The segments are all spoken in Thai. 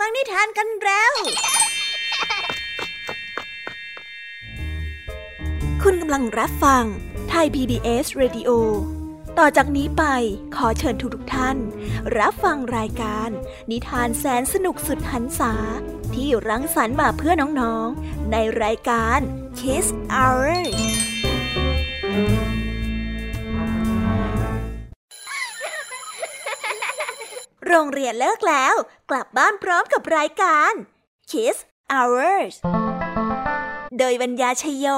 ฟังนิทานกันแล้วคุณกำลังรับฟังไทย PBS Radio ต่อจากนี้ไปขอเชิญทุกท่านรับฟังรายการนิทานแสนสนุกสุดหรรษาที่รังสรรค์มาเพื่อน้องๆในรายการ Kids Hourโรงเรียนเลิกแล้วกลับบ้านพร้อมกับรายการ Kids Hours โดยบรรยาชัยโย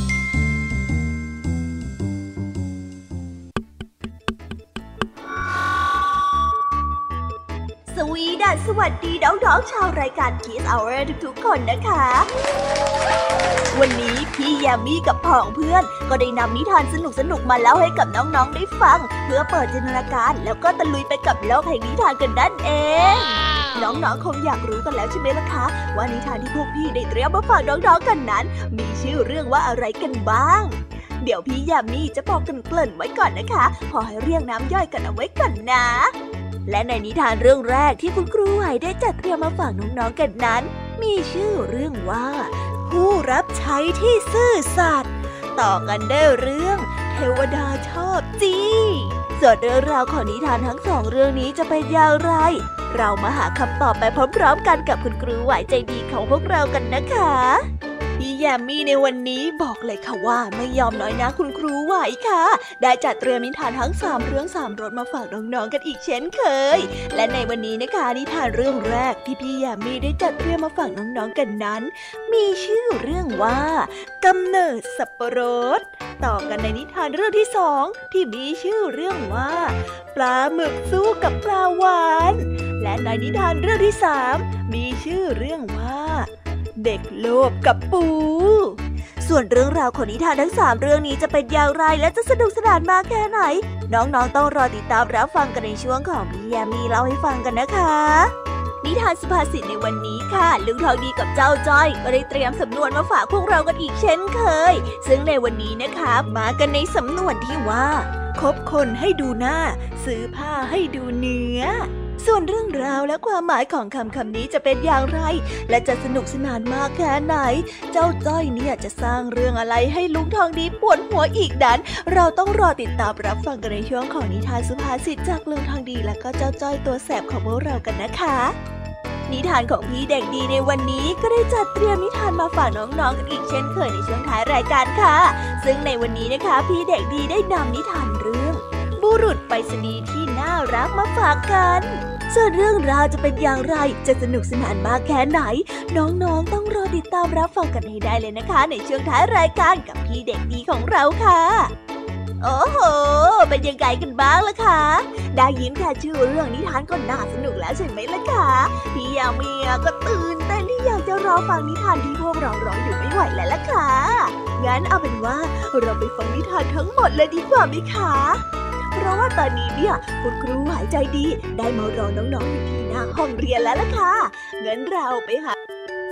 สวัสดีน้องๆชาวรายการ Kids Hour ทุกๆคนนะคะวันนี้พี่ยามีกับพ้องเพื่อนก็ได้นำนิทานสนุกๆมาเล่าให้กับน้องๆได้ฟังเพื่อเปิดจินตนาการแล้วก็ตะลุยไปกับโลกแห่งนิทานกันนั่นเองน้องๆคงอยากรู้กันแล้วใช่ไหมล่ะคะว่านิทานที่พวกพี่ได้เตรียมมาฝากน้องๆกันนั้นมีชื่อเรื่องว่าอะไรกันบ้างเดี๋ยวพี่ยามีจะบอกกันเกริ่นไว้ก่อนนะคะพอให้เรียงน้ำย่อยกันเอาไว้ก่อนนะและในนิทานเรื่องแรกที่คุณครูไหวได้จัดเตรียมมาฝากน้องๆกันนั้นมีชื่อเรื่องว่าผู้รับใช้ที่ซื่อสัตย์ต่อกันได้เรื่องเทวดาชอบจีส่วนเรื่องราวของนิทานทั้งสองเรื่องนี้จะเป็นอย่างไรเรามาหาคำตอบไปพร้อมๆกันกับคุณครูไหวใจดีของพวกเรากันนะคะพี่ยามีในวันนี้บอกเลยค่ะว่าไม่ยอมน้อยนะคุณครูไหวค่ะได้จัดเตรียมนิทานทั้ง3เรื่อง3รสมาฝากน้องๆกันอีกเช่นเคยและในวันนี้นะคะนิทานเรื่องแรกที่พี่ยามีได้จัดเตรียมมาฝากน้องๆกันนั้นมีชื่อเรื่องว่ากำเนิดสับปะรดต่อกันในนิทานเรื่องที่2ที่มีชื่อเรื่องว่าปลาหมึกสู้กับปลาวาฬและในนิทานเรื่องที่3มีชื่อเรื่องว่าเด็กโลภกับปูส่วนเรื่องราวของนิทานทั้ง3เรื่องนี้จะเป็นอย่างไรและจะสนุกสนานมากแค่ไหนน้องๆต้องรอติดตามรับฟังกันในช่วงของพี่ยามีเล่าให้ฟังกันนะคะนิทานสุภาษิตในวันนี้ค่ะลุงทองดีกับเจ้าจ้อยก็ได้เตรียมสำนวนมาฝากพวกเรากันอีกเช่นเคยซึ่งในวันนี้นะคะมากันในสำนวนที่ว่าคบคนให้ดูหน้าซื้อผ้าให้ดูเนื้อส่วนเรื่องราวและความหมายของคำนี้จะเป็นอย่างไรและจะสนุกสนานมากแค่ไหนเจ้าจ้อยเนี่ยจะสร้างเรื่องอะไรให้ลุงทองดีปวดหัวอีกนั้นเราต้องรอติดตามรับฟังกันในช่วงของนิทานสุภาษิตจากลุงทองดีและก็เจ้าจ้อยตัวแสบของพวกเรากันนะคะนิทานของพี่เด็กดีในวันนี้ก็ได้จัดเตรียมนิทานมาฝากน้องๆกันอีกเช่นเคยในช่วงท้ายรายการค่ะซึ่งในวันนี้นะคะพี่เด็กดีได้นำนิทานเรื่องบุรุษไปรษณีย์ที่น่ารักมาฝากกันส่วนเรื่องราวจะเป็นอย่างไรจะสนุกสนานมากแค่ไหนน้องๆต้องรอติดตามรับฟังกันให้ได้เลยนะคะในช่วงท้ายรายการกับพี่เด็กดีของเราค่ะโอ้โหเป็นยังไงกันบ้างล่ะคะได้ยินแค่ชื่อเรื่องนิทานก็น่าสนุกแล้วใช่ไหมล่ะคะพี่ยามีก็ตื่นเต้นที่อยากจะรอฟังนิทานที่พวกเรารออยู่ไม่ไหวแล้วล่ะค่ะงั้นเอาเป็นว่าเราไปฟังนิทานทั้งหมดเลยดีกว่าไหมคะเพราะว่าตอนนี้เนี่ยคุณครูหายใจดีได้มารอน้องๆอยู่ที่หน้าห้องเรียนแล้วล่ะค่ะงั้นเราไปหา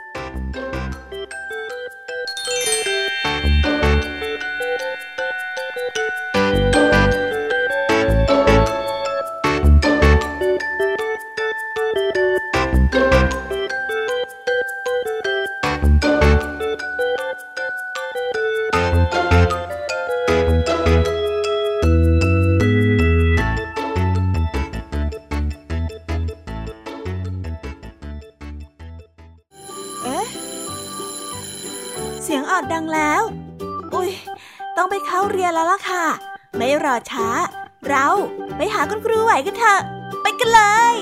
ดังแล้วอุ๊ยต้องไปเข้าเรียนแล้วล่ะค่ะไม่รอช้าเราไปหาคุณครูไหวกันเถอะไปกันเลย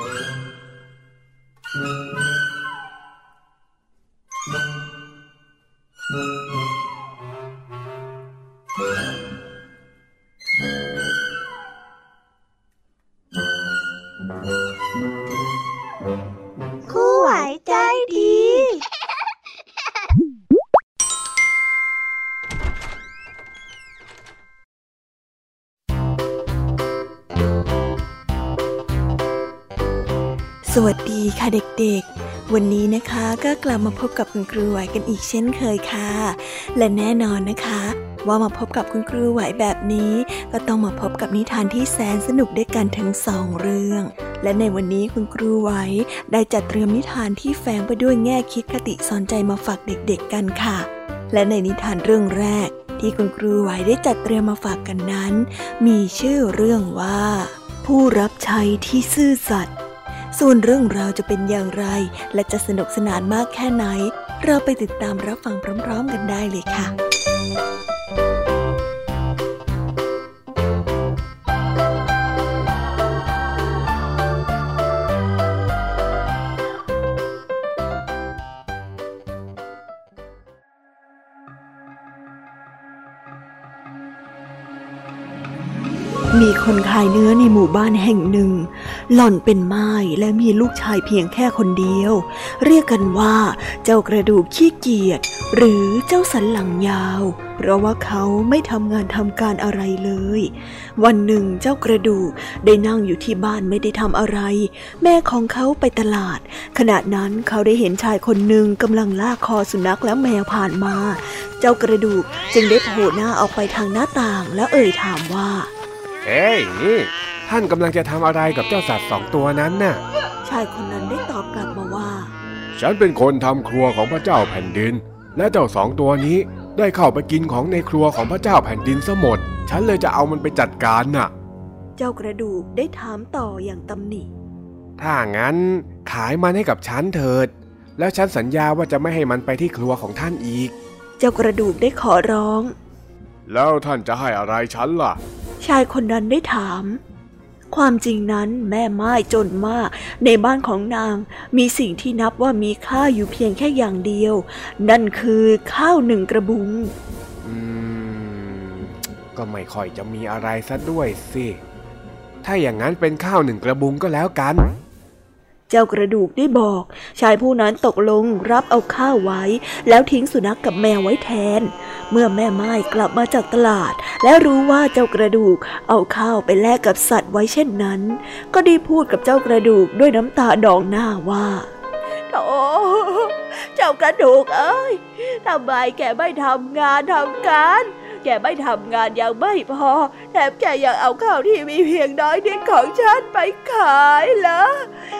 ครูไหวใจดีสวัสดีค่ะเด็กๆวันนี้นะคะก็กลับมาพบกับคุณครูไหวกันอีกเช่นเคยค่ะและแน่นอนนะคะว่ามาพบกับคุณครูไหวแบบนี้ก็ต้องมาพบกับนิทานที่แสนสนุกด้วยกันทั้ง2เรื่องและในวันนี้คุณครูไหวได้จัดเตรียมนิทานที่แฝงไปด้วยแง่คิดคติสอนใจมาฝากเด็กๆกันค่ะและในนิทานเรื่องแรกที่คุณครูไหวได้จัดเตรียมมาฝากกันนั้นมีชื่อเรื่องว่าผู้รับใช้ที่ซื่อสัตย์ส่วนเรื่องราวจะเป็นอย่างไรและจะสนุกสนานมากแค่ไหนเราไปติดตามรับฟังพร้อมๆกันได้เลยค่ะมีคนขายเนื้อในหมู่บ้านแห่งหนึ่งหล่อนเป็นม่ายและมีลูกชายเพียงแค่คนเดียวเรียกกันว่าเจ้ากระดูกขี้เกียจหรือเจ้าสันหลังยาวเพราะว่าเขาไม่ทำงานทำการอะไรเลยวันหนึ่งเจ้ากระดูกได้นั่งอยู่ที่บ้านไม่ได้ทำอะไรแม่ของเขาไปตลาดขณะนั้นเขาได้เห็นชายคนหนึ่งกำลังลากคอสุนัขและแมวผ่านมาเจ้ากระดูกจึงได้โผล่หน้าออกไปทางหน้าต่างแล้วถามว่าเอ้ยนี่ท่านกำลังจะทำอะไรกับเจ้าสัตว์2 ตัวนั้นน่ะชายคนนั้นได้ตอบกลับมาว่าฉันเป็นคนทำครัวของพระเจ้าแผ่นดินและเจ้า2 ตัวนี้ได้เข้าไปกินของในครัวของพระเจ้าแผ่นดินซะหมดฉันเลยจะเอามันไปจัดการน่ะเจ้ากระดูกได้ถามต่ออย่างตำหนิถ้างั้นขายมันให้กับฉันเถิดแล้วฉันสัญญาว่าจะไม่ให้มันไปที่ครัวของท่านอีกเจ้ากระดูกได้ขอร้องแล้วท่านจะให้อะไรฉันล่ะชายคนนั้นได้ถามความจริงนั้นแม่ม่ายจนมากในบ้านของนางมีสิ่งที่นับว่ามีค่าอยู่เพียงแค่อย่างเดียวนั่นคือข้าว1 กระบุงก็ไม่ค่อยจะมีอะไรซะด้วยสิถ้าอย่างนั้นเป็นข้าว1 กระบุงก็แล้วกันเจ้ากระดูกได้บอกชายผู้นั้นตกลงรับเอาข้าวไว้แล้วทิ้งสุนัขกับแมวไว้แทนเมื่อแม่ม่ายกลับมาจากตลาดและรู้ว่าเจ้ากระดูกเอาข้าวไปแลกกับสัตว์ไว้เช่นนั้นก็ได้พูดกับเจ้ากระดูกด้วยน้ำตาดองหน้าว่าโธ่เจ้ากระดูกเอ้ยทำไมแกไม่ทำงานทำการแกไม่ทำงานยังไม่พอแถมแกยังเอาข้าวที่มีเพียงน้อยนิดของฉันไปขายเหรอ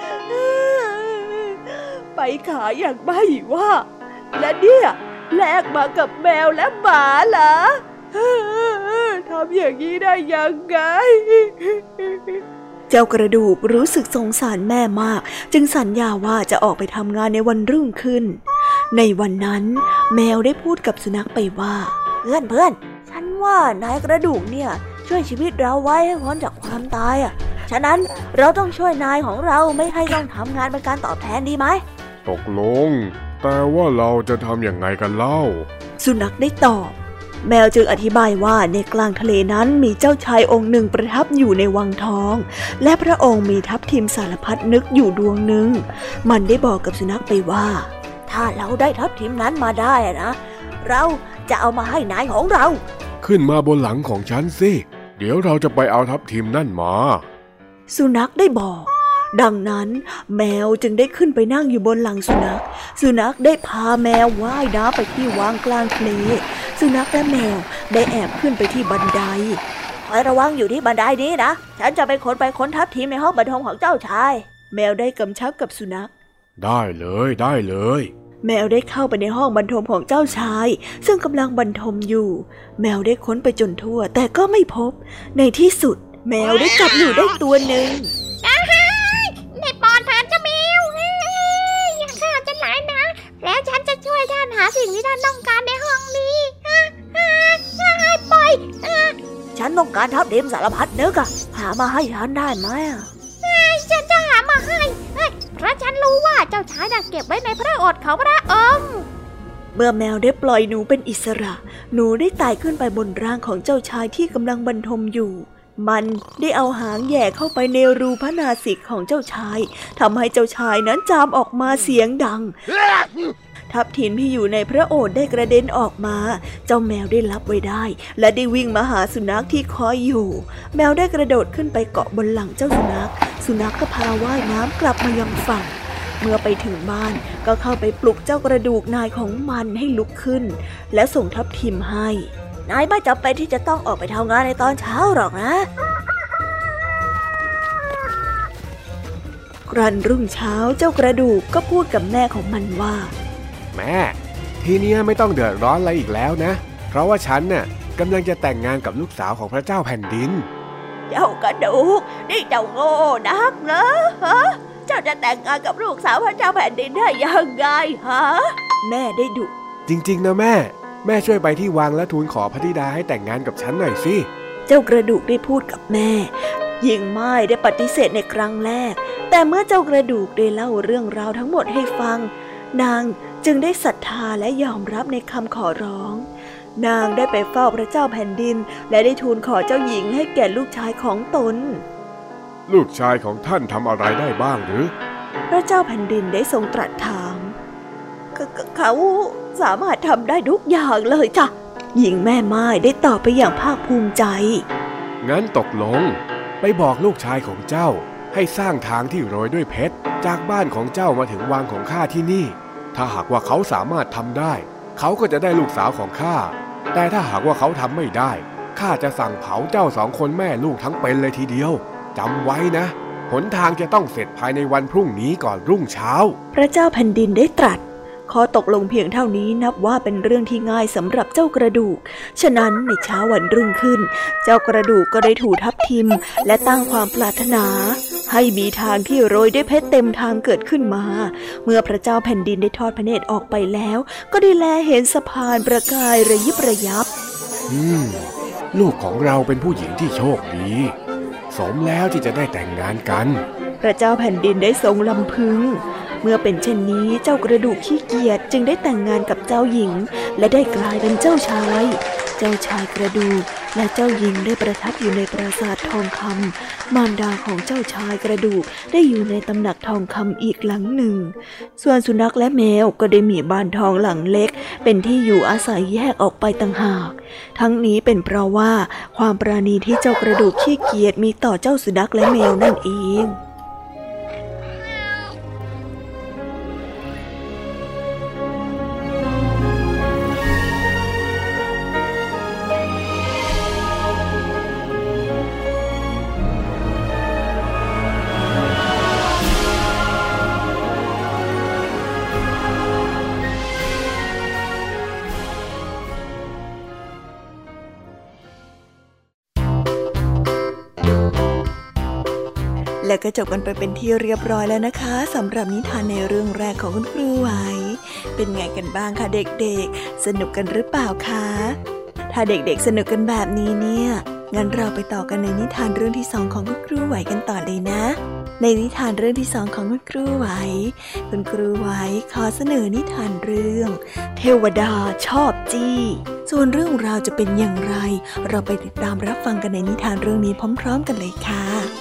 ไปขายอย่างไม่ว่าและเนี่ยแลกมากับแมวและหมาเหรอทำอย่างนี้ได้ยังไงเจ้ากระดูกรู้สึกสงสารแม่มากจึงสัญญาว่าจะออกไปทำงานในวันรุ่งขึ้นในวันนั้นแมวได้พูดกับสุนัขไปว่าเพื่อนฉันว่านายกระดูกเนี่ยช่วยชีวิตเราไว้ให้พ้นจากความตายฉะนั้นเราต้องช่วยนายของเราไม่ให้ต้องทำงานเป็นการตอบแทนดีไหมตกลงแต่ว่าเราจะทำอย่างไงกันเล่าสุนัขได้ตอบแมวจึงอธิบายว่าในกลางทะเลนั้นมีเจ้าชายองค์หนึ่งประทับอยู่ในวังทองและพระองค์มีทับทิมสารพัดนึกอยู่ดวงหนึ่งมันได้บอกกับสุนัขไปว่าถ้าเราได้ทับทิมนั้นมาได้นะเราจะเอามาให้นายของเราขึ้นมาบนหลังของฉันสิเดี๋ยวเราจะไปเอาทับทิมนั่นมาสุนัขได้บอกดังนั้นแมวจึงได้ขึ้นไปนั่งอยู่บนหลังสุนัขได้พาแมวว่ายน้ำไปที่วังกลางทะเลสุนัขและแมวได้แอบขึ้นไปที่บันไดคอยระวังอยู่ที่บันไดนี้นะฉันจะเป็นคนไปค้นทับทิมในห้องบรรทมของเจ้าชายแมวได้กำชับกับสุนัขได้เลยแมวได้เข้าไปในห้องบรรทมของเจ้าชายซึ่งกำลังบรรทมอยู่แมวได้ค้นไปจนทั่วแต่ก็ไม่พบในที่สุดแมวได้จับอยู่ได้ตัวหนึ่งได้ปอนทานเจ้าแมวอย่าฆ่าฉันหลายนะแล้วฉันจะช่วยท่านหาสิ่งที่ท่านต้องการในห้องนี้ปล่อยฉันต้องการทับทิมสารพัดนึกหามาให้ฉันได้ไหมฉันจะหามาให้เพราะฉันรู้ว่าเจ้าชายน่ะเก็บไว้ในพระโอษฐ์ของพระองค์เมื่อแมวได้ปล่อยหนูเป็นอิสระหนูได้ไต่ขึ้นไปบนร่างของเจ้าชายที่กำลังบรรทมอยู่มันได้เอาหางแหย่เข้าไปในรูพระนาสิกของเจ้าชายทำให้เจ้าชายนั้นจามออกมาเสียงดังทับทิมที่อยู่ในพระโอษฐ์ได้กระเด็นออกมาเจ้าแมวได้ลับไว้ได้และได้วิ่งมาหาสุนัขที่คอยอยู่แมวได้กระโดดขึ้นไปเกาะบนหลังเจ้าสุนัขก็พาว่ายน้ำกลับมายังฝั่งเมื่อไปถึงบ้านก็เข้าไปปลุกเจ้ากระดูกนายของมันให้ลุกขึ้นและส่งทับทิมให้นายไม่จำเป็นที่จะต้องออกไปทำงานในตอนเช้าหรอกนะครั้นรุ่งเช้าเจ้ากระดูกก็พูดกับแม่ของมันว่าแม่ทีนี้ไม่ต้องเดือดร้อนอะไรอีกแล้วนะเพราะว่าฉันน่ะกำลังจะแต่งงานกับลูกสาวของพระเจ้าแผ่นดินเจ้ากระดูกนี่เจ้าโง่นักเหรอฮะเจ้าจะแต่งงานกับลูกสาวพระเจ้าแผ่นดินได้ยังไงฮะแม่ได้ดุจริงๆนะแม่ช่วยไปที่วังและทูลขอพระธิดาให้แต่งงานกับฉันหน่อยสิเจ้ากระดูกได้พูดกับแม่หญิงม่ายได้ปฏิเสธในครั้งแรกแต่เมื่อเจ้ากระดูกได้เล่าเรื่องราวทั้งหมดให้ฟังนางจึงได้ศรัทธาและยอมรับในคำขอร้องนางได้ไปเฝ้าพระเจ้าแผ่นดินและได้ทูลขอเจ้าหญิงให้แก่ลูกชายของตนลูกชายของท่านทำอะไรได้บ้างหรือพระเจ้าแผ่นดินได้ทรงตรัสถามเขาสามารถทำได้ทุกอย่างเลยจ้ะหญิงแม่ไม้ได้ตอบไปอย่างภาคภูมิใจงั้นตกลงไปบอกลูกชายของเจ้าให้สร้างทางที่โรยด้วยเพชรจากบ้านของเจ้ามาถึงวังของข้าที่นี่ถ้าหากว่าเขาสามารถทำได้เขาก็จะได้ลูกสาวของข้าแต่ถ้าหากว่าเขาทำไม่ได้ข้าจะสั่งเผาเจ้าสองคนแม่ลูกทั้งเป็นเลยทีเดียวจำไว้นะหนทางจะต้องเสร็จภายในวันพรุ่งนี้ก่อนรุ่งเช้าพระเจ้าแผ่นดินได้ตรัสข้อตกลงเพียงเท่านี้นับว่าเป็นเรื่องที่ง่ายสำหรับเจ้ากระดูกฉะนั้นในเช้าวันรุ่งขึ้นเจ้ากระดูกก็ได้ถูทับทิมและตั้งความปรารถนาให้มีทางที่โรยด้วยเพชรเต็มทางเกิดขึ้นมาเมื่อพระเจ้าแผ่นดินได้ทอดพระเนตรออกไปแล้วก็ได้แลเห็นสะพานประกายระยิบระยับลูกของเราเป็นผู้หญิงที่โชคดีสมแล้วที่จะได้แต่งงานกันพระเจ้าแผ่นดินได้ทรงลำพึงเมื่อเป็นเช่นนี้เจ้ากระดูกขี้เกียจจึงได้แต่งงานกับเจ้าหญิงและได้กลายเป็นเจ้าชายกระดูกและเจ้าหญิงได้ประทับอยู่ในปราสาททองคำมารดาของเจ้าชายกระดูกได้อยู่ในตำหนักทองคำอีกหลังหนึ่งส่วนสุนัขและแมวก็ได้มีบ้านทองหลังเล็กเป็นที่อยู่อาศัยแยกออกไปต่างหากทั้งนี้เป็นเพราะว่าความปราณีที่เจ้ากระดูกขี้เกียจมีต่อเจ้าสุนัขและแมวนั่นเองและก็จบกันไปเป็นที่เรียบร้อยแล้วนะคะสำหรับนิทานในเรื่องแรกของคุณครูไหวเป็นไงกันบ้างคะเด็กๆสนุกกันหรือเปล่าคะถ้าเด็กๆสนุกกันแบบนี้เนี่ยงั้นเราไปต่อกันในนิทานเรื่องที่2ของคุณครูไหวกันต่อเลยนะในนิทานเรื่องที่2ของคุณครูไหวคุณครูไหวขอเสนอนิทานเรื่องเทวดาชอบจี้ส่วนเรื่องราวจะเป็นอย่างไรเราไปติดตามรับฟังกันในนิทานเรื่องนี้พร้อมๆกันเลยค่ะ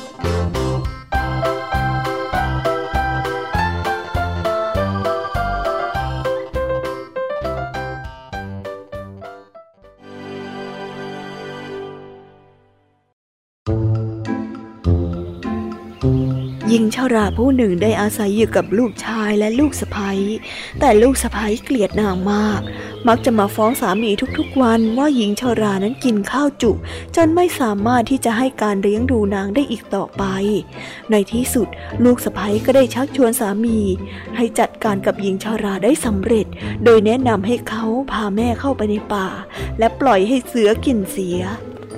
หญิงชราผู้หนึ่งได้อาศัยอยู่กับลูกชายและลูกสะใภ้แต่ลูกสะใภ้เกลียดนางมากมักจะมาฟ้องสามีทุกๆวันว่าหญิงชรานั้นกินข้าวจุจนไม่สามารถที่จะให้การเลี้ยงดูนางได้อีกต่อไปในที่สุดลูกสะใภ้ก็ได้ชักชวนสามีให้จัดการกับหญิงชราได้สำเร็จโดยแนะนำให้เขาพาแม่เข้าไปในป่าและปล่อยให้เสือกินเสีย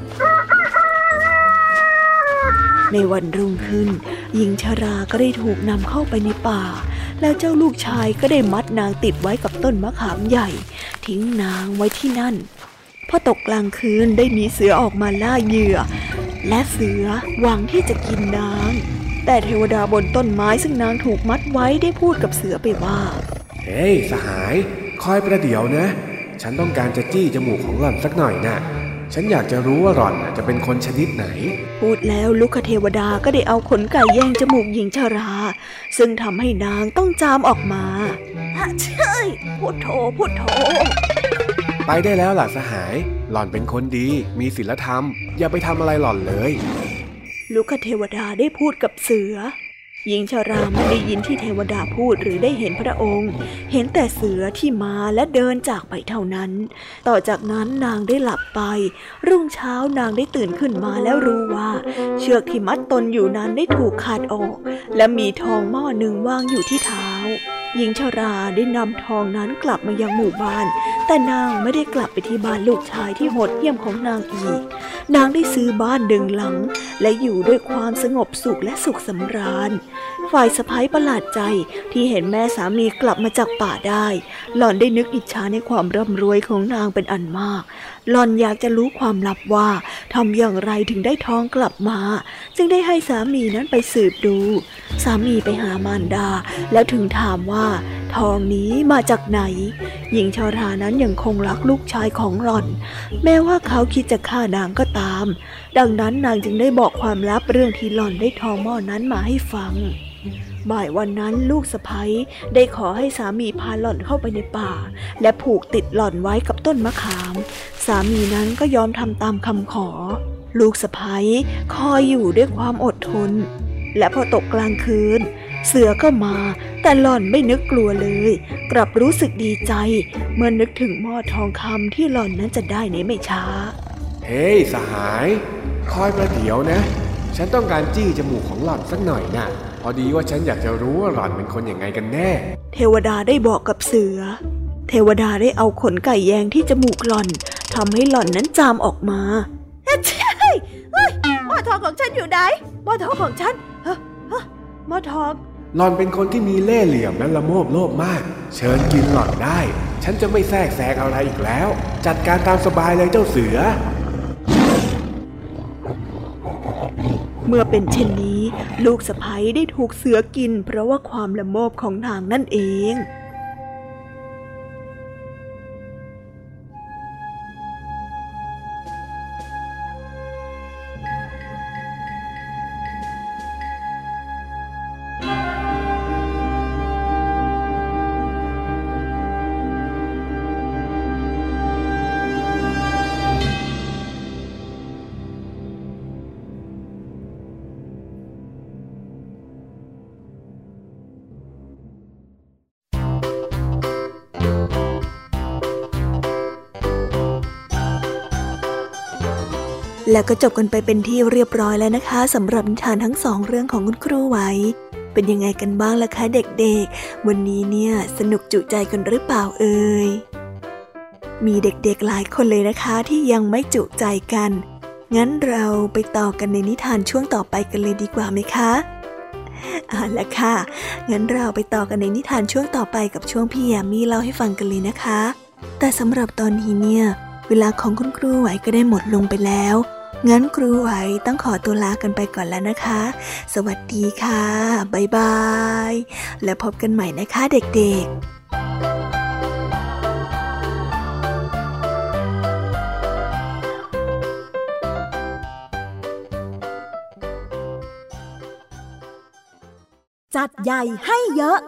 ในวันรุ่งขึ้นหญิงชราก็ได้ถูกนำเข้าไปในป่าแล้วเจ้าลูกชายก็ได้มัดนางติดไว้กับต้นมะขามใหญ่ทิ้งนางไว้ที่นั่นพอตกกลางคืนได้มีเสือออกมาล่าเหยื่อและเสือหวังที่จะกินนางแต่เทวดาบนต้นไม้ซึ่งนางถูกมัดไว้ได้พูดกับเสือไปว่าเฮ้ยสหายคอยประเดี๋ยวนะฉันต้องการจะจี้จมูกของหล่อนสักหน่อยนะฉันอยากจะรู้ว่าหล่อนจะเป็นคนชนิดไหนพูดแล้วลูกเทวดาก็ได้เอาขนไก่แย่งจมูกหญิงชราซึ่งทำให้นางต้องจามออกมาเช่ยพุทโธพุทโธไปได้แล้วล่ะสหายหล่อนเป็นคนดีมีศีลธรรมอย่าไปทำอะไรหล่อนเลยลูกเทวดาได้พูดกับเสือหญิงชราไม่ได้ยินที่เทวดาพูดหรือได้เห็นพระองค์เห็นแต่เสือที่มาและเดินจากไปเท่านั้นต่อจากนั้นนางได้หลับไปรุ่งเช้านางได้ตื่นขึ้นมาแล้วรู้ว่าเชือกที่มัดตนอยู่นั้นได้ถูกขาดออกและมีทองหม้อหนึ่งวางอยู่ที่เท้าหญิงชราได้นำทองนั้นกลับมายังหมู่บ้านแต่นางไม่ได้กลับไปที่บ้านลูกชายที่โหดเหี้ยมของนางอีกนางได้ซื้อบ้านดึงหลังและอยู่ด้วยความสงบสุขและสุขสำราญฝ่ายสะใภ้ประหลาดใจที่เห็นแม่สามีกลับมาจากป่าได้หล่อนได้นึกอิจฉาในความร่ำรวยของนางเป็นอันมากหล่อนอยากจะรู้ความลับว่าทำอย่างไรถึงได้ทองกลับมาจึงได้ให้สามีนั้นไปสืบดูสามีไปหามารดาแล้วถึงถามว่าทองนี้มาจากไหนหญิงชรานั้นยังคงรักลูกชายของหล่อนแม้ว่าเขาคิดจะฆ่านางก็ตามดังนั้นนางจึงได้บอกความลับเรื่องที่หล่อนได้ทองหม้อนั้นมาให้ฟังบ่ายวันนั้นลูกสะใภ้ได้ขอให้สามีพาหล่อนเข้าไปในป่าและผูกติดหล่อนไว้กับต้นมะขามสามีนั้นก็ยอมทำตามคำขอลูกสะใภ้คอยอยู่ด้วยความอดทนและพอตกกลางคืนเสือก็มาแต่หล่อนไม่นึกกลัวเลยกลับรู้สึกดีใจเมื่อนึกถึงหม้อทองคำที่หล่อนนั้นจะได้ในไม่ช้าเฮ้ยสหายคอยประเดี๋ยวนะฉันต้องการจี้จมูกของหล่อนสักหน่อยนะพอดีว่าฉันอยากจะรู้ว่าหล่อนเป็นคนยังไงกันแน่เทวดาได้บอกกับเสือเทวดาได้เอาขนไก่แยงที่จมูกหล่อนทำให้หล่อนนั้นจามออกมาใช่หม้อทองของฉันอยู่ไหนหม้อทองของฉันหม้อทองหล่อนเป็นคนที่มีเล่ห์เหลี่ยมและละโมบโลภมากเชิญกินหล่อนได้ฉันจะไม่แทรกแซงอะไรอีกแล้วจัดการตามสบายเลยเจ้าเสือเมื่อเป็นเช่นนี้ลูกสะใภ้ได้ถูกเสือกินเพราะว่าความละโมบของนางนั่นเองแล้วก็จบกันไปเป็นที่เรียบร้อยแล้วนะคะสำหรับนิทานทั้ง2เรื่องของคุณครูไหวเป็นยังไงกันบ้างล่ะคะเด็กๆวันนี้เนี่ยสนุกจุใจกันหรือเปล่าเอ่ยมีเด็กๆหลายคนเลยนะคะที่ยังไม่จุใจกันงั้นเราไปต่อกันในนิทานช่วงต่อไปกันเลยดีกว่าไหมคะเอาล่ะค่ะงั้นเราไปต่อกันในนิทานช่วงต่อไปกับช่วงพี่แยมมี่เล่าให้ฟังกันเลยนะคะแต่สำหรับตอนนี้เนี่ยเวลาของคุณครูไหวก็ได้หมดลงไปแล้วงั้นครูไหวต้องขอตัวลากันไปก่อนแล้วนะคะสวัสดีค่ะบ๊ายบายแล้วพบกันใหม่นะคะเด็กๆจัดใหญ่ให้เยอะ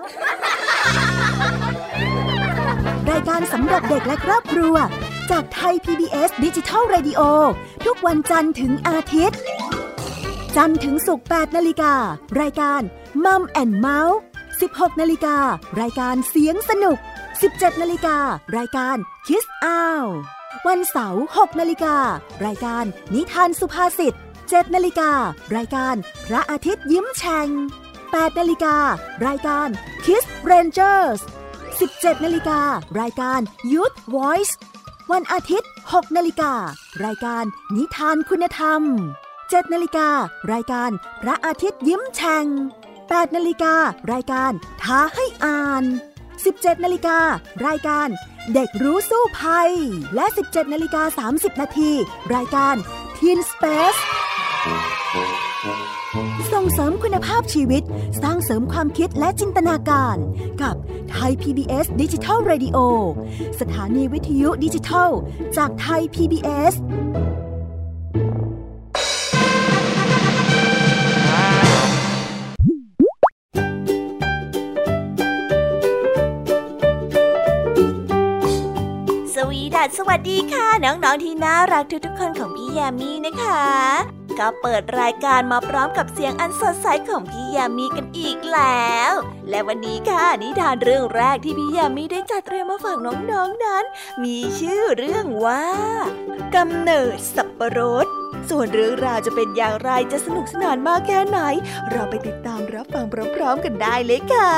รายการสำหรับเด็กและครอบครัวจากไทย PBS Digital Radio ทุกวันจันทร์ถึงอาทิตย์จันทร์ถึงศุกร์ 8 นาฬิการายการ Mum and Mouse 16 นาฬิการายการเสียงสนุก 17 นาฬิการายการ Kiss Out วันเสาร์ 6 นาฬิการายการนิทานสุภาษิต 7 นาฬิการายการพระอาทิตย์ยิ้มแฉ่ง 8 นาฬิการายการ Kiss Rangers 17 นาฬิการายการ Youth Voice วันอาทิตย์ 6 นาฬิการายการนิทานคุณธรรม 7 นาฬิการายการพระอาทิตย์ยิ้มแฉ่ง 8 นาฬิการายการท้าให้อ่าน 17 นาฬิการายการเด็กรู้สู้ภัยและ 17 นาฬิกา 30 นาทีรายการ Teen Space ส่งเสริมคุณภาพชีวิตสร้างเสริมความคิดและจินตนาการกับไทย PBS Digital Radio สถานีวิทยุดิจิทัลจากไทย PBS สวีดาศสวัสดีค่ะน้องๆที่น่ารักทุกๆคนของพี่ยามีนะคะก็เปิดรายการมาพร้อมกับเสียงอันสดใสของพี่ยามีกันอีกแล้วและวันนี้ค่ะนิทานเรื่องแรกที่พี่ยามีได้จัดเตรียมมาฝากน้องๆนั้นมีชื่อเรื่องว่ากำเนิดสับปะรดส่วนเรื่องราวจะเป็นอย่างไรจะสนุกสนานมากแค่ไหนเราไปติดตามรับฟังพร้อมๆกันได้เลยค่ะ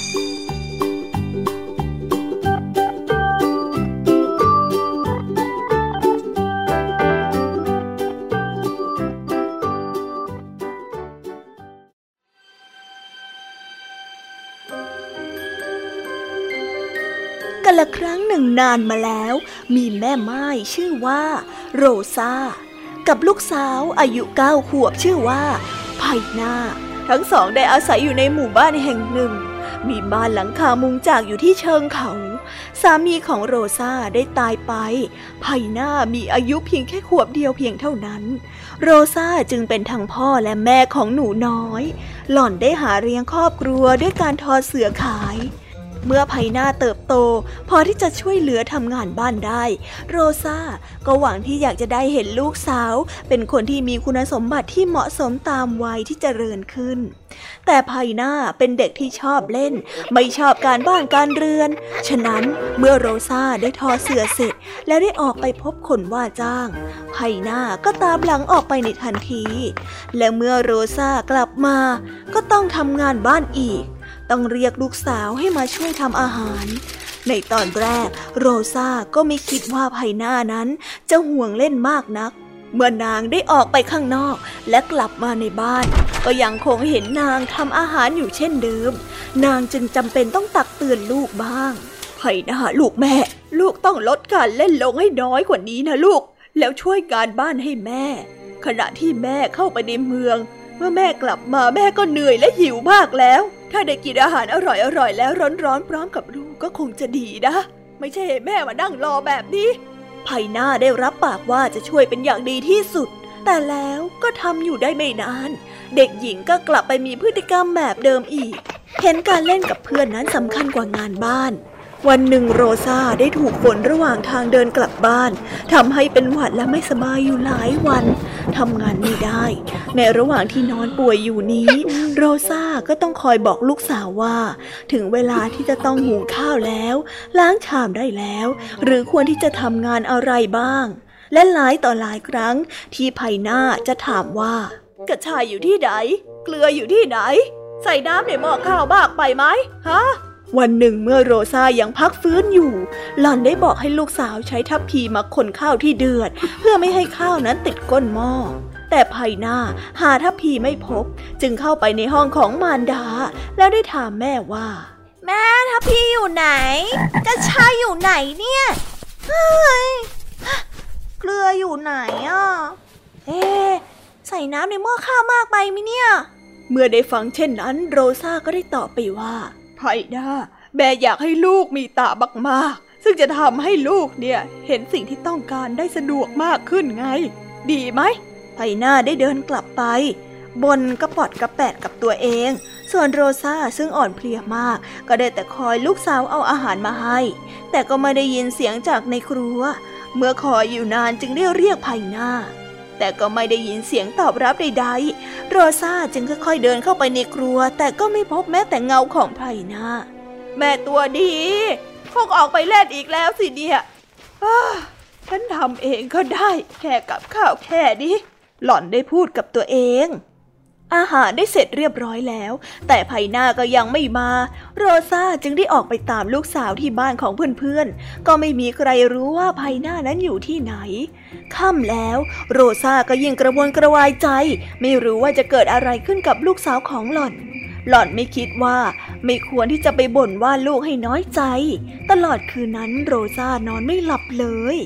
กาลครั้งหนึ่งนานมาแล้วมีแม่ม่ายชื่อว่าโรซากับลูกสาวอายุ9 ขวบชื่อว่าไพนาทั้งสองได้อาศัยอยู่ในหมู่บ้านแห่งหนึ่งมีบ้านหลังคามุงจากอยู่ที่เชิงเขาสามีของโรซาได้ตายไปไพนามีอายุเพียงแค่ขวบเดียวเพียงเท่านั้นโรซาจึงเป็นทั้งพ่อและแม่ของหนูน้อยหล่อนได้หาเลี้ยงครอบครัวด้วยการทอเสื่อขายเมื่อไพนาเติบโตพอที่จะช่วยเหลือทำงานบ้านได้โรซาก็หวังที่อยากจะได้เห็นลูกสาวเป็นคนที่มีคุณสมบัติที่เหมาะสมตามวัยที่เจริญขึ้นแต่ไพนาเป็นเด็กที่ชอบเล่นไม่ชอบการบ้านการเรือนฉะนั้นเมื่อโรซาได้ทอเสื่อเสร็จและได้ออกไปพบคนว่าจ้างไพนาก็ตามหลังออกไปในทันทีและเมื่อโรซากลับมาก็ต้องทำงานบ้านอีกต้องเรียกลูกสาวให้มาช่วยทำอาหารในตอนแรกโรซาก็ไม่คิดว่าไพนานั้นจะห่วงเล่นมากนักเมื่อนางได้ออกไปข้างนอกและกลับมาในบ้านก็ยังคงเห็นนางทำอาหารอยู่เช่นเดิมนางจึงจำเป็นต้องตักเตือนลูกบ้างไพนาลูกแม่ลูกต้องลดการเล่นลงให้น้อยกว่านี้นะลูกแล้วช่วยการบ้านให้แม่ขณะที่แม่เข้าไปในเมืองเมื่อแม่กลับมาแม่ก็เหนื่อยและหิวมากแล้วถ้าได้กินอาหารอร่อยๆแล้วร้อนๆพร้อมกับลูกก็คงจะดีนะไม่ใช่ให้แม่มานั่งรอแบบนี้ไพนาได้รับปากว่าจะช่วยเป็นอย่างดีที่สุดแต่แล้วก็ทำอยู่ได้ไม่นานเด็กหญิงก็กลับไปมีพฤติกรรมแบบเดิมอีกเห็นการเล่นกับเพื่อนนั้นสำคัญกว่างานบ้านวันหนึ่งโรซาได้ถูกฝนระหว่างทางเดินกลับบ้านทำให้เป็นหวัดและไม่สบายอยู่หลายวันทำงานไม่ได้ในระหว่างที่นอนป่วยอยู่นี้โรซาก็ต้องคอยบอกลูกสาวว่าถึงเวลาที่จะต้องหุงข้าวแล้วล้างชามได้แล้วหรือควรที่จะทำงานอะไรบ้างและหลายต่อหลายครั้งที่ไพนาจะถามว่ากระชายอยู่ที่ไหนเกลืออยู่ที่ไหนใส่น้ำในหม้อข้าวมากไปไหมฮะวันหนึ่งเมื่อโรซายังพักฟื้นอยู่หล่อนได้บอกให้ลูกสาวใช้ทัพพีมาคนข้าวที่เดือดเพื่อไม่ให้ข้าวนั้นติดก้นหม้อแต่ไพนาหาทัพพีไม่พบจึงเข้าไปในห้องของมารดาแล้วได้ถามแม่ว่าแม่ทัพพีอยู่ไหนกระชายอยู่ไหนเนี่ยเฮ้ยเกลืออยู่ไหนอ่ะใส่น้ำในหม้อข้าวมากไปมั้ยเนี่ยเมื่อได้ฟังเช่นนั้นโรซาก็ได้ตอบไปว่าไพนาแม่อยากให้ลูกมีตามากๆซึ่งจะทำให้ลูกเนี่ยเห็นสิ่งที่ต้องการได้สะดวกมากขึ้นไงดีไหมไพนาได้เดินกลับไปบ่นกระปอดกระแปดกับตัวเองส่วนโรซาซึ่งอ่อนเพลียมากก็ได้แต่คอยลูกสาวเอาอาหารมาให้แต่ก็ไม่ได้ยินเสียงจากในครัวเมื่อคอยอยู่นานจึงได้เรียกไพนาแต่ก็ไม่ได้ยินเสียงตอบรับใดๆโรซาจึงค่อยๆเดินเข้าไปในครัวแต่ก็ไม่พบแม้แต่เงาของไพนาแม่ตัวดีคงออกไปเล่นอีกแล้วสิเนี่ยฉันทำเองก็ได้แค่กับข้าวแค่นี้หล่อนได้พูดกับตัวเองอาหารได้เสร็จเรียบร้อยแล้วแต่ไพนาก็ยังไม่มาโรซาจึงได้ออกไปตามลูกสาวที่บ้านของเพื่อนๆก็ไม่มีใครรู้ว่าไพนานั้นอยู่ที่ไหนค่ำแล้วโรซาก็ยิ่งกระวนกระวายใจไม่รู้ว่าจะเกิดอะไรขึ้นกับลูกสาวของหล่อนไม่คิดว่าไม่ควรที่จะไปบ่นว่าลูกให้น้อยใจตลอดคืนนั้นโรซานอนไม่หลับเลย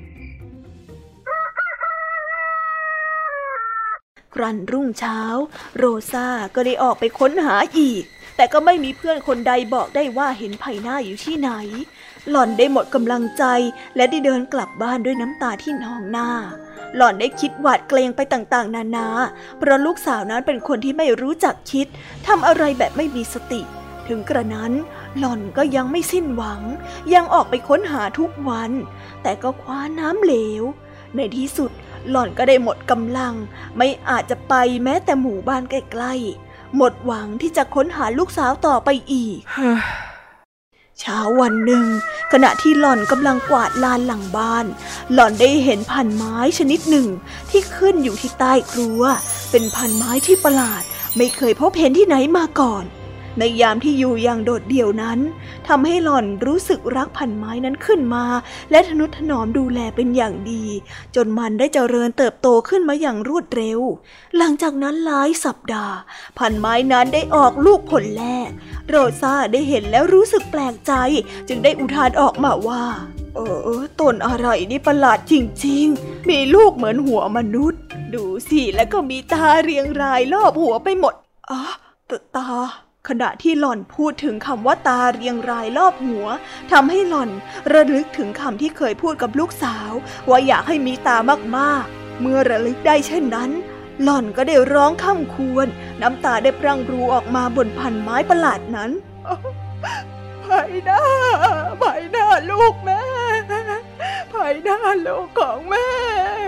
ครั้นรุ่งเช้าโรซาก็ได้ออกไปค้นหาอีกแต่ก็ไม่มีเพื่อนคนใดบอกได้ว่าเห็นไพนาอยู่ที่ไหนหล่อนได้หมดกำลังใจและได้เดินกลับบ้านด้วยน้ำตาที่นองหน้าหล่อนได้คิดหวาดเกรงไปต่างๆนานาเพราะลูกสาวนั้นเป็นคนที่ไม่รู้จักคิดทำอะไรแบบไม่มีสติถึงกระนั้นหล่อนก็ยังไม่สิ้นหวังยังออกไปค้นหาทุกวันแต่ก็คว้าน้ำเหลวในที่สุดหล่อนก็ได้หมดกำลังไม่อาจจะไปแม้แต่หมู่บ้านใกล้ๆหมดหวังที่จะค้นหาลูกสาวต่อไปอีก เช้าวันหนึ่งขณะที่หล่อนกำลังกวาดลานหลังบ้านหล่อนได้เห็นพันไม้ชนิดหนึ่งที่ขึ้นอยู่ที่ใต้ครัวเป็นพันไม้ที่ประหลาดไม่เคยพบเห็นที่ไหนมาก่อนในยามที่อยู่อย่างโดดเดี่ยวนั้นทำให้หล่อนรู้สึกรักพันไม้นั้นขึ้นมาและทนุถนอมดูแลเป็นอย่างดีจนมันได้เจริญเติบโตขึ้นมาอย่างรวดเร็วหลังจากนั้นหลายสัปดาห์พันไม้นั้นได้ออกลูกผลแรกโรซาได้เห็นแล้วรู้สึกแปลกใจจึงได้อุทานออกมาว่าต้นอะไรนี่ประหลาดจริงๆมีลูกเหมือนหัวมนุษย์ดูสิแล้วก็มีตาเรียงรายรอบหัวไปหมดตาขณะที่หล่อนพูดถึงคำว่าตาเรียงรายรอบหัวทำให้หล่อนระลึกถึงคำที่เคยพูดกับลูกสาวว่าอยากให้มีตามากๆเมื่อระลึกได้เช่นนั้นหล่อนก็ได้ร้องค่ำครวญน้ำตาได้พรั่งพรูออกมาบนพันไม้ประหลาดนั้นภายหน้าลูกแม่ภายหน้าลูกของแม่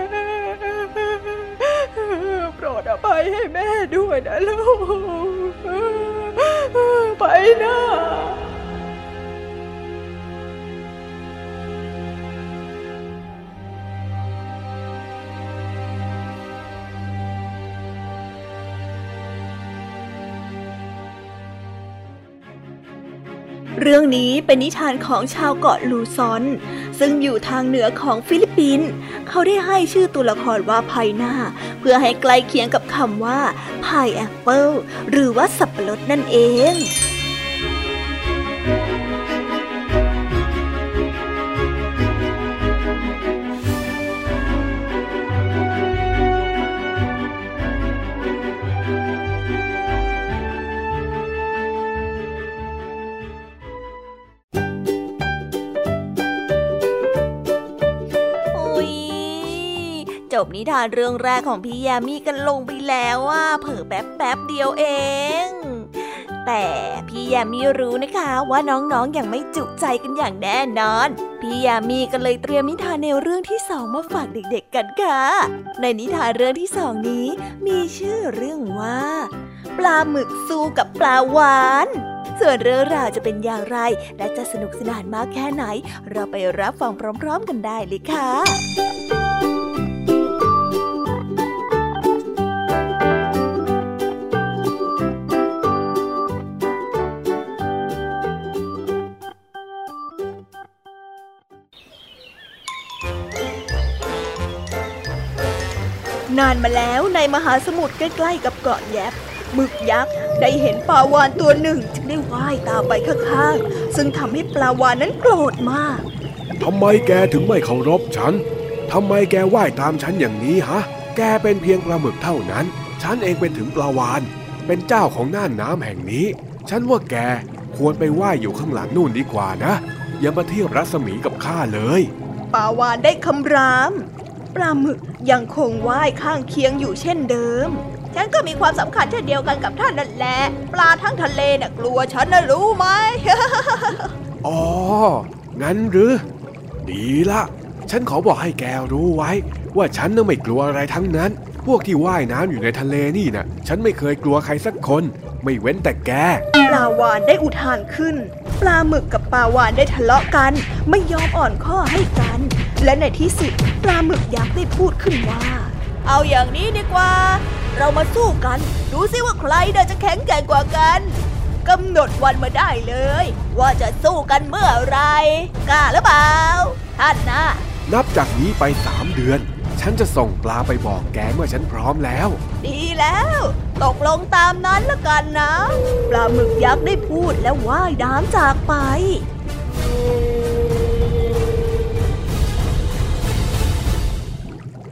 โปรดอภัยให้แม่ด้วยนะลูกภายหน้าเรื่องนี้เป็นนิทานของชาวเกาะลูซอนซึ่งอยู่ทางเหนือของฟิลิปปินส์เขาได้ให้ชื่อตัวละครว่าไพน่าเพื่อให้ใกล้เคียงกับคำว่าพายแอปเปิลหรือว่าสับปะรดนั่นเองจบนิทานเรื่องแรกของพี่ยามีกันลงไปแล้วว่าเผลอแป๊บเดียวเองแต่พี่ยามีรู้นะคะว่าน้องๆยังไม่จุใจกันอย่างแน่นอนพี่ยามีก็เลยเตรียมนิทานแนวเรื่องที่2มาฝากเด็กๆกันค่ะในนิทานเรื่องที่2นี้มีชื่อเรื่องว่าปลาหมึกสู้กับปลาหวานส่วนเรื่องราวจะเป็นอย่างไรและจะสนุกสนานมากแค่ไหนเราไปรับฟังพร้อมๆกันได้เลยค่ะนานมาแล้วในมหาสมุทรใกล้ๆกับเกาะแยบหมึกยักษ์ได้เห็นปลาวาฬตัวหนึ่งจึงได้ว่ายตามไปข้างๆซึ่งทำให้ปลาวาฬนั้นโกรธมากทำไมแกถึงไม่เคารพฉันทำไมแกว่ายตามฉันอย่างนี้ฮะแกเป็นเพียงปลาหมึกเท่านั้นฉันเองเป็นถึงปลาวาฬเป็นเจ้าของน่านน้ำแห่งนี้ฉันว่าแกควรไปว่ายอยู่ข้างหลังนู่นดีกว่านะอย่ามาเทียบรัศมีกับข้าเลยปลาวาฬได้คำรามปลาหมึกยังคงว่ายข้างเคียงอยู่เช่นเดิมฉันก็มีความสำคัญเช่นเดียวกันกับท่านนั่นแหละปลาทั้งทะเลน่ะกลัวฉันนะรู้ไหมอ๋องั้นหรือดีละฉันขอบอกให้แกรู้ไว้ว่าฉันน่ะไม่กลัวอะไรทั้งนั้นพวกที่ว่ายน้ำอยู่ในทะเลนี่น่ะฉันไม่เคยกลัวใครสักคนไม่เว้นแต่แกปลาวาฬได้อุทานขึ้นปลาหมึกกับปลาวาฬได้ทะเลาะกันไม่ยอมอ่อนข้อให้กันและในที่สุดปลาหมึกยักษ์ได้พูดขึ้นว่าเอาอย่างนี้ดีกว่าเรามาสู้กันดูซิว่าใครจะแข็งแกร่งกว่ากันกำหนดวันมาได้เลยว่าจะสู้กันเมื่อไรกล้าหรือเปล่าท่านนะนับจากนี้ไป3 เดือนฉันจะส่งปลาไปบอกแกเมื่อฉันพร้อมแล้วดีแล้วตกลงตามนั้นละกันนะปลาหมึกยักษ์ได้พูดแล้วว่ายน้ำจากไปป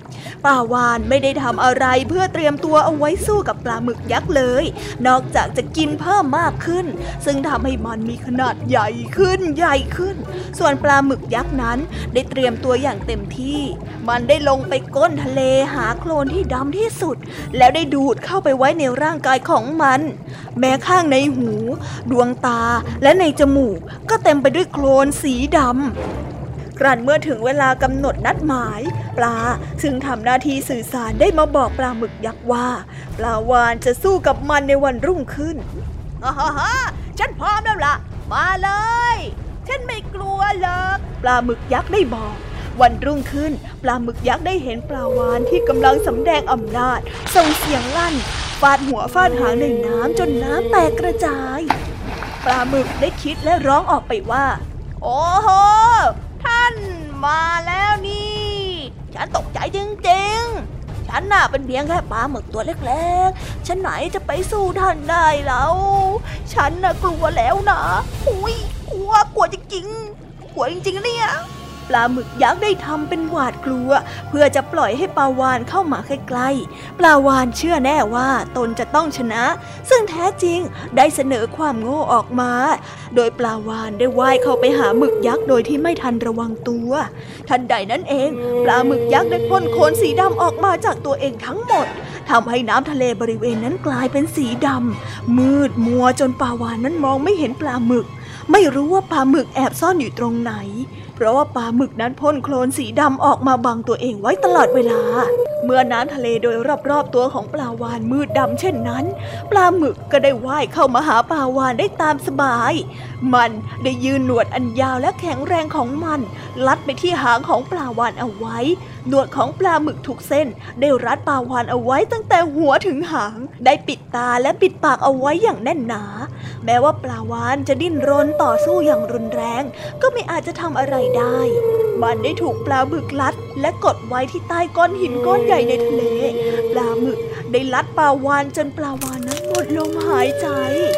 ปลาวาฬไม่ได้ทำอะไรเพื่อเตรียมตัวเอาไว้สู้กับปลาหมึกยักษ์เลยนอกจากจะกินเพิ่มมากขึ้นซึ่งทำให้มันมีขนาดใหญ่ขึ้นส่วนปลาหมึกยักษ์นั้นได้เตรียมตัวอย่างเต็มที่มันได้ลงไปก้นทะเลหาโคลนที่ดำที่สุดแล้วได้ดูดเข้าไปไว้ในร่างกายของมันแม้ข้างในหูดวงตาและในจมูกก็เต็มไปด้วยโคลนสีดำครั้นเมื่อถึงเวลากำหนดนัดหมายปลาซึ่งทำหน้าที่สื่อสารได้มาบอกปลาหมึกยักษ์ว่าปลาวาฬจะสู้กับมันในวันรุ่งขึ้นฮ่าฉันพร้อมแล้วล่ะมาเลยฉันไม่กลัวหรอกปลาหมึกยักษ์ได้บอกวันรุ่งขึ้นปลาหมึกยักษ์ได้เห็นปลาวาฬที่กำลังสำแดงอำนาจส่งเสียงลั่นฟาดหัวฟาดหางในน้ำจนน้ำแตกกระจายปลาหมึกได้คิดและร้องออกไปว่าโอ้โหท่านมาแล้วนี่ฉันตกใจจริงๆฉันน่ะเป็นเพียงแค่ปลาหมึกตัวเล็กๆฉันไหนจะไปสู้ท่านได้แล้วฉันน่ะกลัวแล้วนะอุ้ยกลัวจริงๆกลัวจริงๆเนี่ยปลาหมึกยักษ์ได้ทำเป็นหวาดกลัวเพื่อจะปล่อยให้ปลาวาฬเข้ามาใกล้ๆปลาวาฬเชื่อแน่ว่าตนจะต้องชนะซึ่งแท้จริงได้เสนอความโง่ออกมาโดยปลาวาฬได้ว่ายเข้าไปหาหมึกยักษ์โดยที่ไม่ทันระวังตัวทันใดนั้นเองปลาหมึกยักษ์ได้พ่นโคลนสีดำออกมาจากตัวเองทั้งหมดทำให้น้ำทะเลบริเวณนั้นกลายเป็นสีดำมืดมัวจนปลาวาฬนั้นมองไม่เห็นปลาหมึกไม่รู้ว่าปลาหมึกแอบซ่อนอยู่ตรงไหนเพราะว่าปลาหมึกนั้นพ่นโคลนสีดำออกมาบังตัวเองไว้ตลอดเวลาเมื่อน้ำทะเลโดยรอบๆตัวของปลาวาฬมืดดำเช่นนั้นปลาหมึกก็ได้ว่ายเข้ามาหาปลาวาฬได้ตามสบายมันได้ยืนหนวดอันยาวและแข็งแรงของมันลัดไปที่หางของปลาวาฬเอาไว้หนวดของปลาหมึกทุกเส้นได้รัดปลาวาฬเอาไว้ตั้งแต่หัวถึงหางได้ปิดตาและปิดปากเอาไว้อย่างแน่นหนาแม้ว่าปลาวาฬจะดิ้นรนต่อสู้อย่างรุนแรงก็ไม่อาจจะทำอะไรได้มันได้ถูกปลาหมึกลัดและกดไว้ที่ใต้ก้อนหินก้อนใหญ่ในทะเลปลาหมึกได้ลัดปลาวาฬจนปลาวาฬนั้นหมดลมหายใจ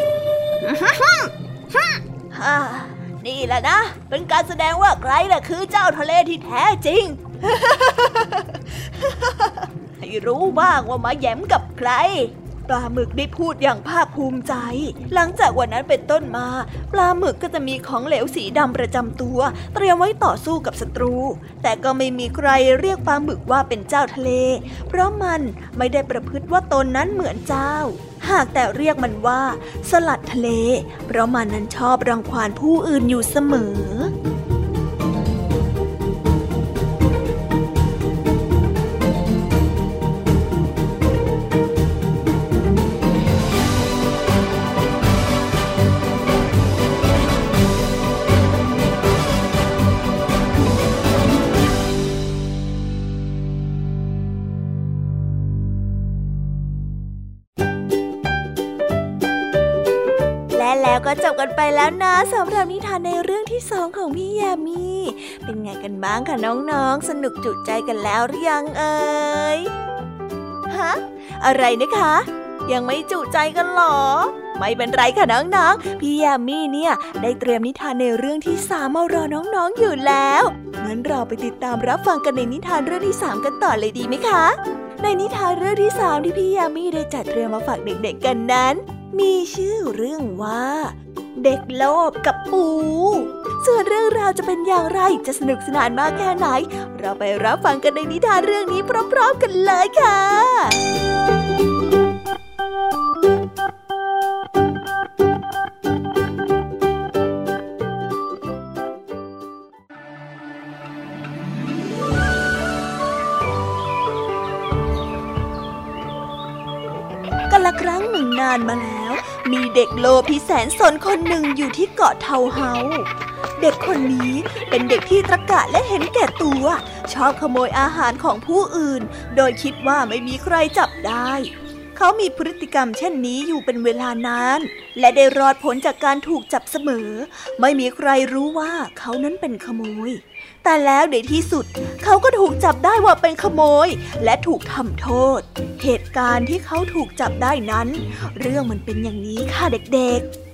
นี่แหละนะเป็นการแสดงว่าใครน่ะคือเจ้าทะเลที่แท้จริง ให้รู้บ้างว่ามาแย้มกับใครปลาหมึกได้พูดอย่างภาคภูมิใจหลังจากวันนั้นเป็นต้นมาปลาหมึกก็จะมีของเหลวสีดำประจำตัวเตรียมไว้ต่อสู้กับศัตรูแต่ก็ไม่มีใครเรียกปลาหมึกว่าเป็นเจ้าทะเลเพราะมันไม่ได้ประพฤติว่าตนนั้นเหมือนเจ้าหากแต่เรียกมันว่าสลัดทะเลเพราะมันนั้นชอบรังควานผู้อื่นอยู่เสมอแล้วก็จบกันไปแล้วนะสำหรับนิทานในเรื่องที่2ของพี่ยามีเป็นไงกันบ้างคะน้องๆสนุกจุใจกันแล้วหรือยังเอ่ยฮะอะไรนะคะยังไม่จุใจกันหรอไม่เป็นไรค่ะน้องๆพี่ยามีเนี่ยได้เตรียมนิทานในเรื่องที่3มารอน้องๆอยู่แล้วงั้นเราไปติดตามรับฟังกันในนิทานเรื่องที่3กันต่อเลยดีไหมคะในนิทานเรื่องที่3ที่พี่ยามีได้จัดเตรียมมาฝากเด็กๆกันนั้นมีชื่อเรื่องว่าเด็กโลภกับปูส่วนเรื่องราวจะเป็นอย่างไรจะสนุกสนานมากแค่ไหนเราไปรับฟังกันในนิทานเรื่องนี้พร้อมๆกันเลยค่ะ ละครั้งหนึ่งนานมาแล้วมีเด็กโลภที่แสนซนคนหนึ่งอยู่ที่เกาะเทาเฮาเด็กคนนี้เป็นเด็กที่ตะกะและเห็นแก่ตัวชอบขโมยอาหารของผู้อื่นโดยคิดว่าไม่มีใครจับได้เขามีพฤติกรรมเช่นนี้อยู่เป็นเวลานานและได้รอดพ้นจากการถูกจับเสมอไม่มีใครรู้ว่าเขานั้นเป็นขโมยแต่แล้วในที่สุดเขาก็ถูกจับได้ว่าเป็นขโมยและถูกทำโทษเหตุการณ์ที่เขาถูกจับได้นั้นเรื่องมันเป็นอย่างนี้ค่ะเด็กๆ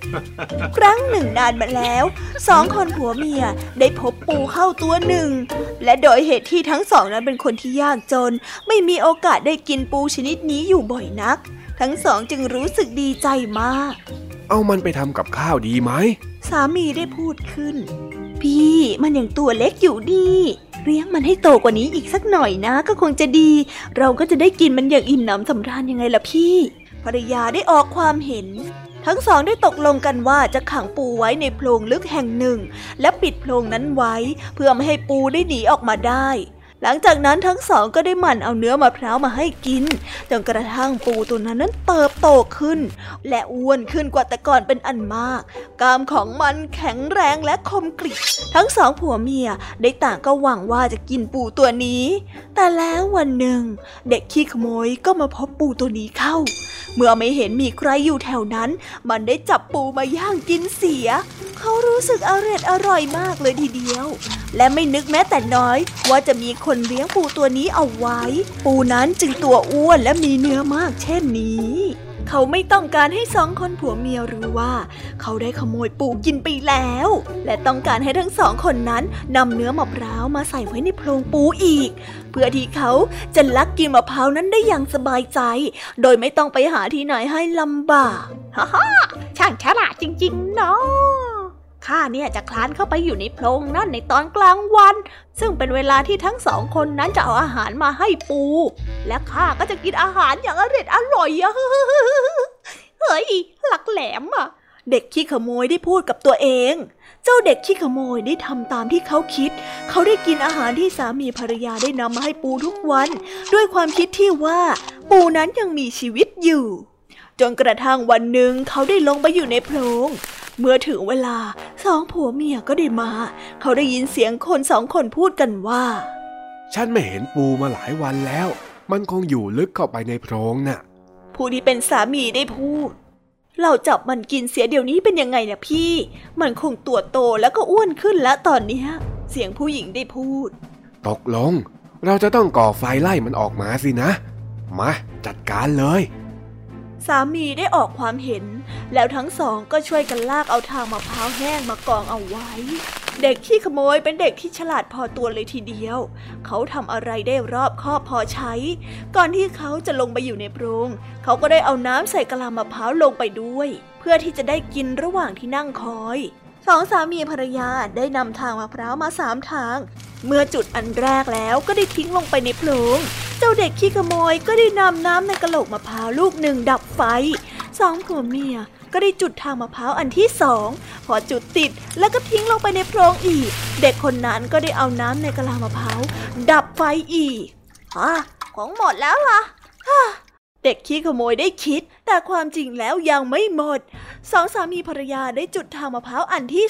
ครั้งหนึ่งนานมาแล้วสองคนผัวเมียได้พบปูเข้าตัวหนึ่งและโดยเหตุที่ทั้งสองนั้นเป็นคนที่ยากจนไม่มีโอกาสได้กินปูชนิดนี้อยู่บ่อยนักทั้งสองจึงรู้สึกดีใจมากเอามันไปทำกับข้าวดีไหมสามีได้พูดขึ้นพี่มันยังตัวเล็กอยู่ดีเลี้ยงมันให้โตกว่านี้อีกสักหน่อยนะก็คงจะดีเราก็จะได้กินมันอย่างอิ่มหนำสำราญยังไงล่ะพี่ภรรยาได้ออกความเห็นทั้งสองได้ตกลงกันว่าจะขังปูไว้ในโพรงลึกแห่งหนึ่งและปิดโพรงนั้นไว้เพื่อไม่ให้ปูได้หนีออกมาได้หลังจากนั้นทั้งสองก็ได้หมั่นเอาเนื้อมะพร้าวมาให้กินจนกระทั่งปูตัวนั้นเติบโตขึ้นและอ้วนขึ้นกว่าแต่ก่อนเป็นอันมากกรามของมันแข็งแรงและคมกริบทั้งสองผัวเมียได้ต่างก็หวังว่าจะกินปูตัวนี้แต่แล้ววันหนึ่งเด็กขี้ขโมยก็มาพบปูตัวนี้เข้าเมื่อไม่เห็นมีใครอยู่แถวนั้นมันได้จับปูมาย่างกินเสียเขารู้สึกอร่อยมากเลยทีเดียวและไม่นึกแม้แต่น้อยว่าจะมีคนเลี้ยงปูตัวนี้เอาไว้ปูนั้นจึงตัวอ้วนและมีเนื้อมากเช่นนี้เขาไม่ต้องการให้สองคนผัวเมียรู้ว่าเขาได้ขโมยปูกินไปแล้วและต้องการให้ทั้งสองคนนั้นนำเนื้อมะพร้าวมาใส่ไว้ในโพรงปูอีกเพื่อที่เขาจะลักกินมะพร้าวนั้นได้อย่างสบายใจโดยไม่ต้องไปหาที่ไหนให้ลำบากฮ่าฮ่าช่างฉลาดจริงๆเนาะข้าเนี่ยจะคลานเข้าไปอยู่ในโพรงนั่นในตอนกลางวันซึ่งเป็นเวลาที่ทั้งสองคนนั้นจะเอาอาหารมาให้ปูและข้าก็จะกินอาหารอย่างอร่อยอะเฮ้ยหลักแหลมอะเด็กขี้ขโมยได้พูดกับตัวเองเจ้าเด็กขี้ขโมยได้ทำตามที่เขาคิดเขาได้กินอาหารที่สามีภรรยาได้นำมาให้ปูทุกวันด้วยความคิดที่ว่าปูนั้นยังมีชีวิตอยู่จนกระทั่งวันหนึ่งเขาได้ลงไปอยู่ในโพรงเมื่อถึงเวลาสองผัวเมียก็ได้มาเขาได้ยินเสียงคนสองคนพูดกันว่าฉันไม่เห็นปูมาหลายวันแล้วมันคงอยู่ลึกเข้าไปในโพรงน่ะผู้ที่เป็นสามีได้พูดเราจับมันกินเสียเดี๋ยวนี้เป็นยังไงนะพี่มันคงตัวโตแล้วก็อ้วนขึ้นแล้วตอนนี้เสียงผู้หญิงได้พูดตกลงเราจะต้องก่อไฟไล่มันออกมาสินะมาจัดการเลยสามีได้ออกความเห็นแล้วทั้งสองก็ช่วยกันลากเอาทางมะพร้าวแห้งมากองเอาไว้เด็กขี้ขโมยเป็นเด็กที่ฉลาดพอตัวเลยทีเดียวเขาทำอะไรได้รอบคอบพอใช้ก่อนที่เขาจะลงไปอยู่ในโพรงเขาก็ได้เอาน้ำใส่กะลามะพร้าวลงไปด้วยเพื่อที่จะได้กินระหว่างที่นั่งคอยสองสามีภรรยาได้นำทางมะพร้าวมา3 ทางเมื่อจุดอันแรกแล้วก็ได้ทิ้งลงไปในโพรงเจ้าเด็กขี้ขโมยก็ได้นำน้ำในกะโหลกมะพร้าวลูกหนึ่งดับไฟสองผัวเมียก็ได้จุดทางมะพร้าวอันที่2พอจุดติดแล้วก็ทิ้งลงไปในโพรงอีกเด็กคนนั้นก็ได้เอาน้ำในกะลามะพร้าวดับไฟอีกของหมดแล้วล่ะเด็กขี้ขโมยได้คิดแต่ความจริงแล้วยังไม่หมดสองสามีภรรยาได้จุดทางมะพร้าวอันที่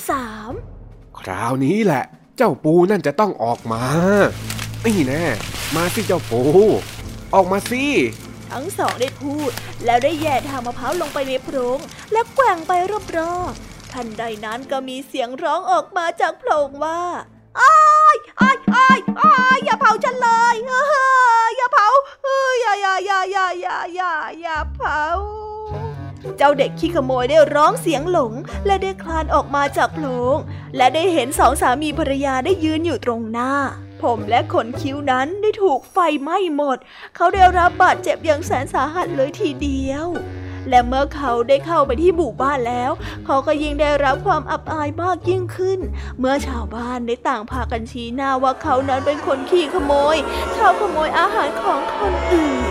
3 คราวนี้แหละเจ้าปูนั่นจะต้องออกมานี่แน่มาสิเจ้าปูออกมาสิทั้งสองได้พูดแล้วได้แย่ทางมะพร้าวลงไปในโพรงและแกว่งไปรอบๆทันใดนั้นก็มีเสียงร้องออกมาจากโพรงว่าอ้ายอย่าเผาฉันเลยอย่าเผาอย่าเผาเจ้าเด็กขี้ขโมยได้ร้องเสียงหลงและได้คลานออกมาจากโพรงและได้เห็นสองสามีภรรยาได้ยืนอยู่ตรงหน้าผมและขนคิ้วนั้นได้ถูกไฟไหม้หมดเขาได้รับบาดเจ็บอย่างแสนสาหัสเลยทีเดียวและเมื่อเขาได้เข้าไปที่หมู่บ้านแล้วเขาก็ยิ่งได้รับความอับอายมากยิ่งขึ้นเมื่อชาวบ้านได้ต่างพากันชี้หน้าว่าเขานั้นเป็นคนขี้ขโมยชอบขโมยอาหารของคนอื่น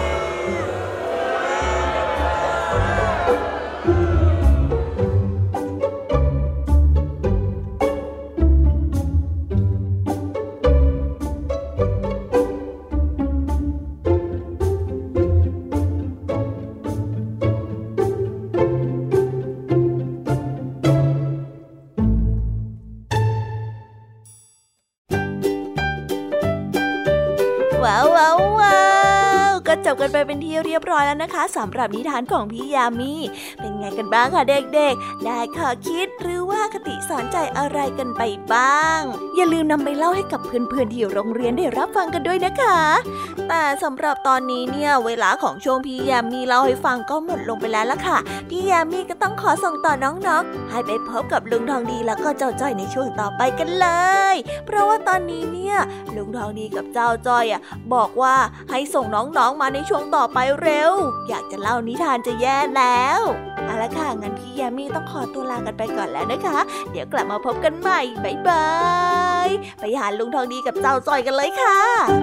กกันไปเป็นที่เรียบร้อยแล้วนะคะสำหรับนิทานของพี่ยามีเป็นไงกันบ้างคะเด็กๆได้ข้อคิดหรือว่าคติสอนใจอะไรกันไปบ้างอย่าลืมนำไปเล่าให้กับเพื่อนๆที่โรงเรียนได้รับฟังกันด้วยนะคะแต่สำหรับตอนนี้เนี่ยเวลาของช่วงพี่ยามีเล่าให้ฟังก็หมดลงไปแล้วล่ะค่ะพี่ยามีก็ต้องขอส่งต่อน้องๆให้ไปพบกับลุงทองดีแล้วก็เจ้าจ้อยในช่วงต่อไปกันเลยเพราะว่าตอนนี้เนี่ยลุงทองดีกับเจ้าจ้อยบอกว่าให้ส่งน้องๆมาในช่วงต่อไปเร็วอยากจะเล่านิทานจะแย่แล้วเอาละค่ะงั้นพี่ยามีต้องขอตัวลากันไปก่อนแล้วนะคะเดี๋ยวกลับมาพบกันใหม่บ๊ายบายไปหาลุงทองดีกับเจ้าจ้อยกันเลยค่ะ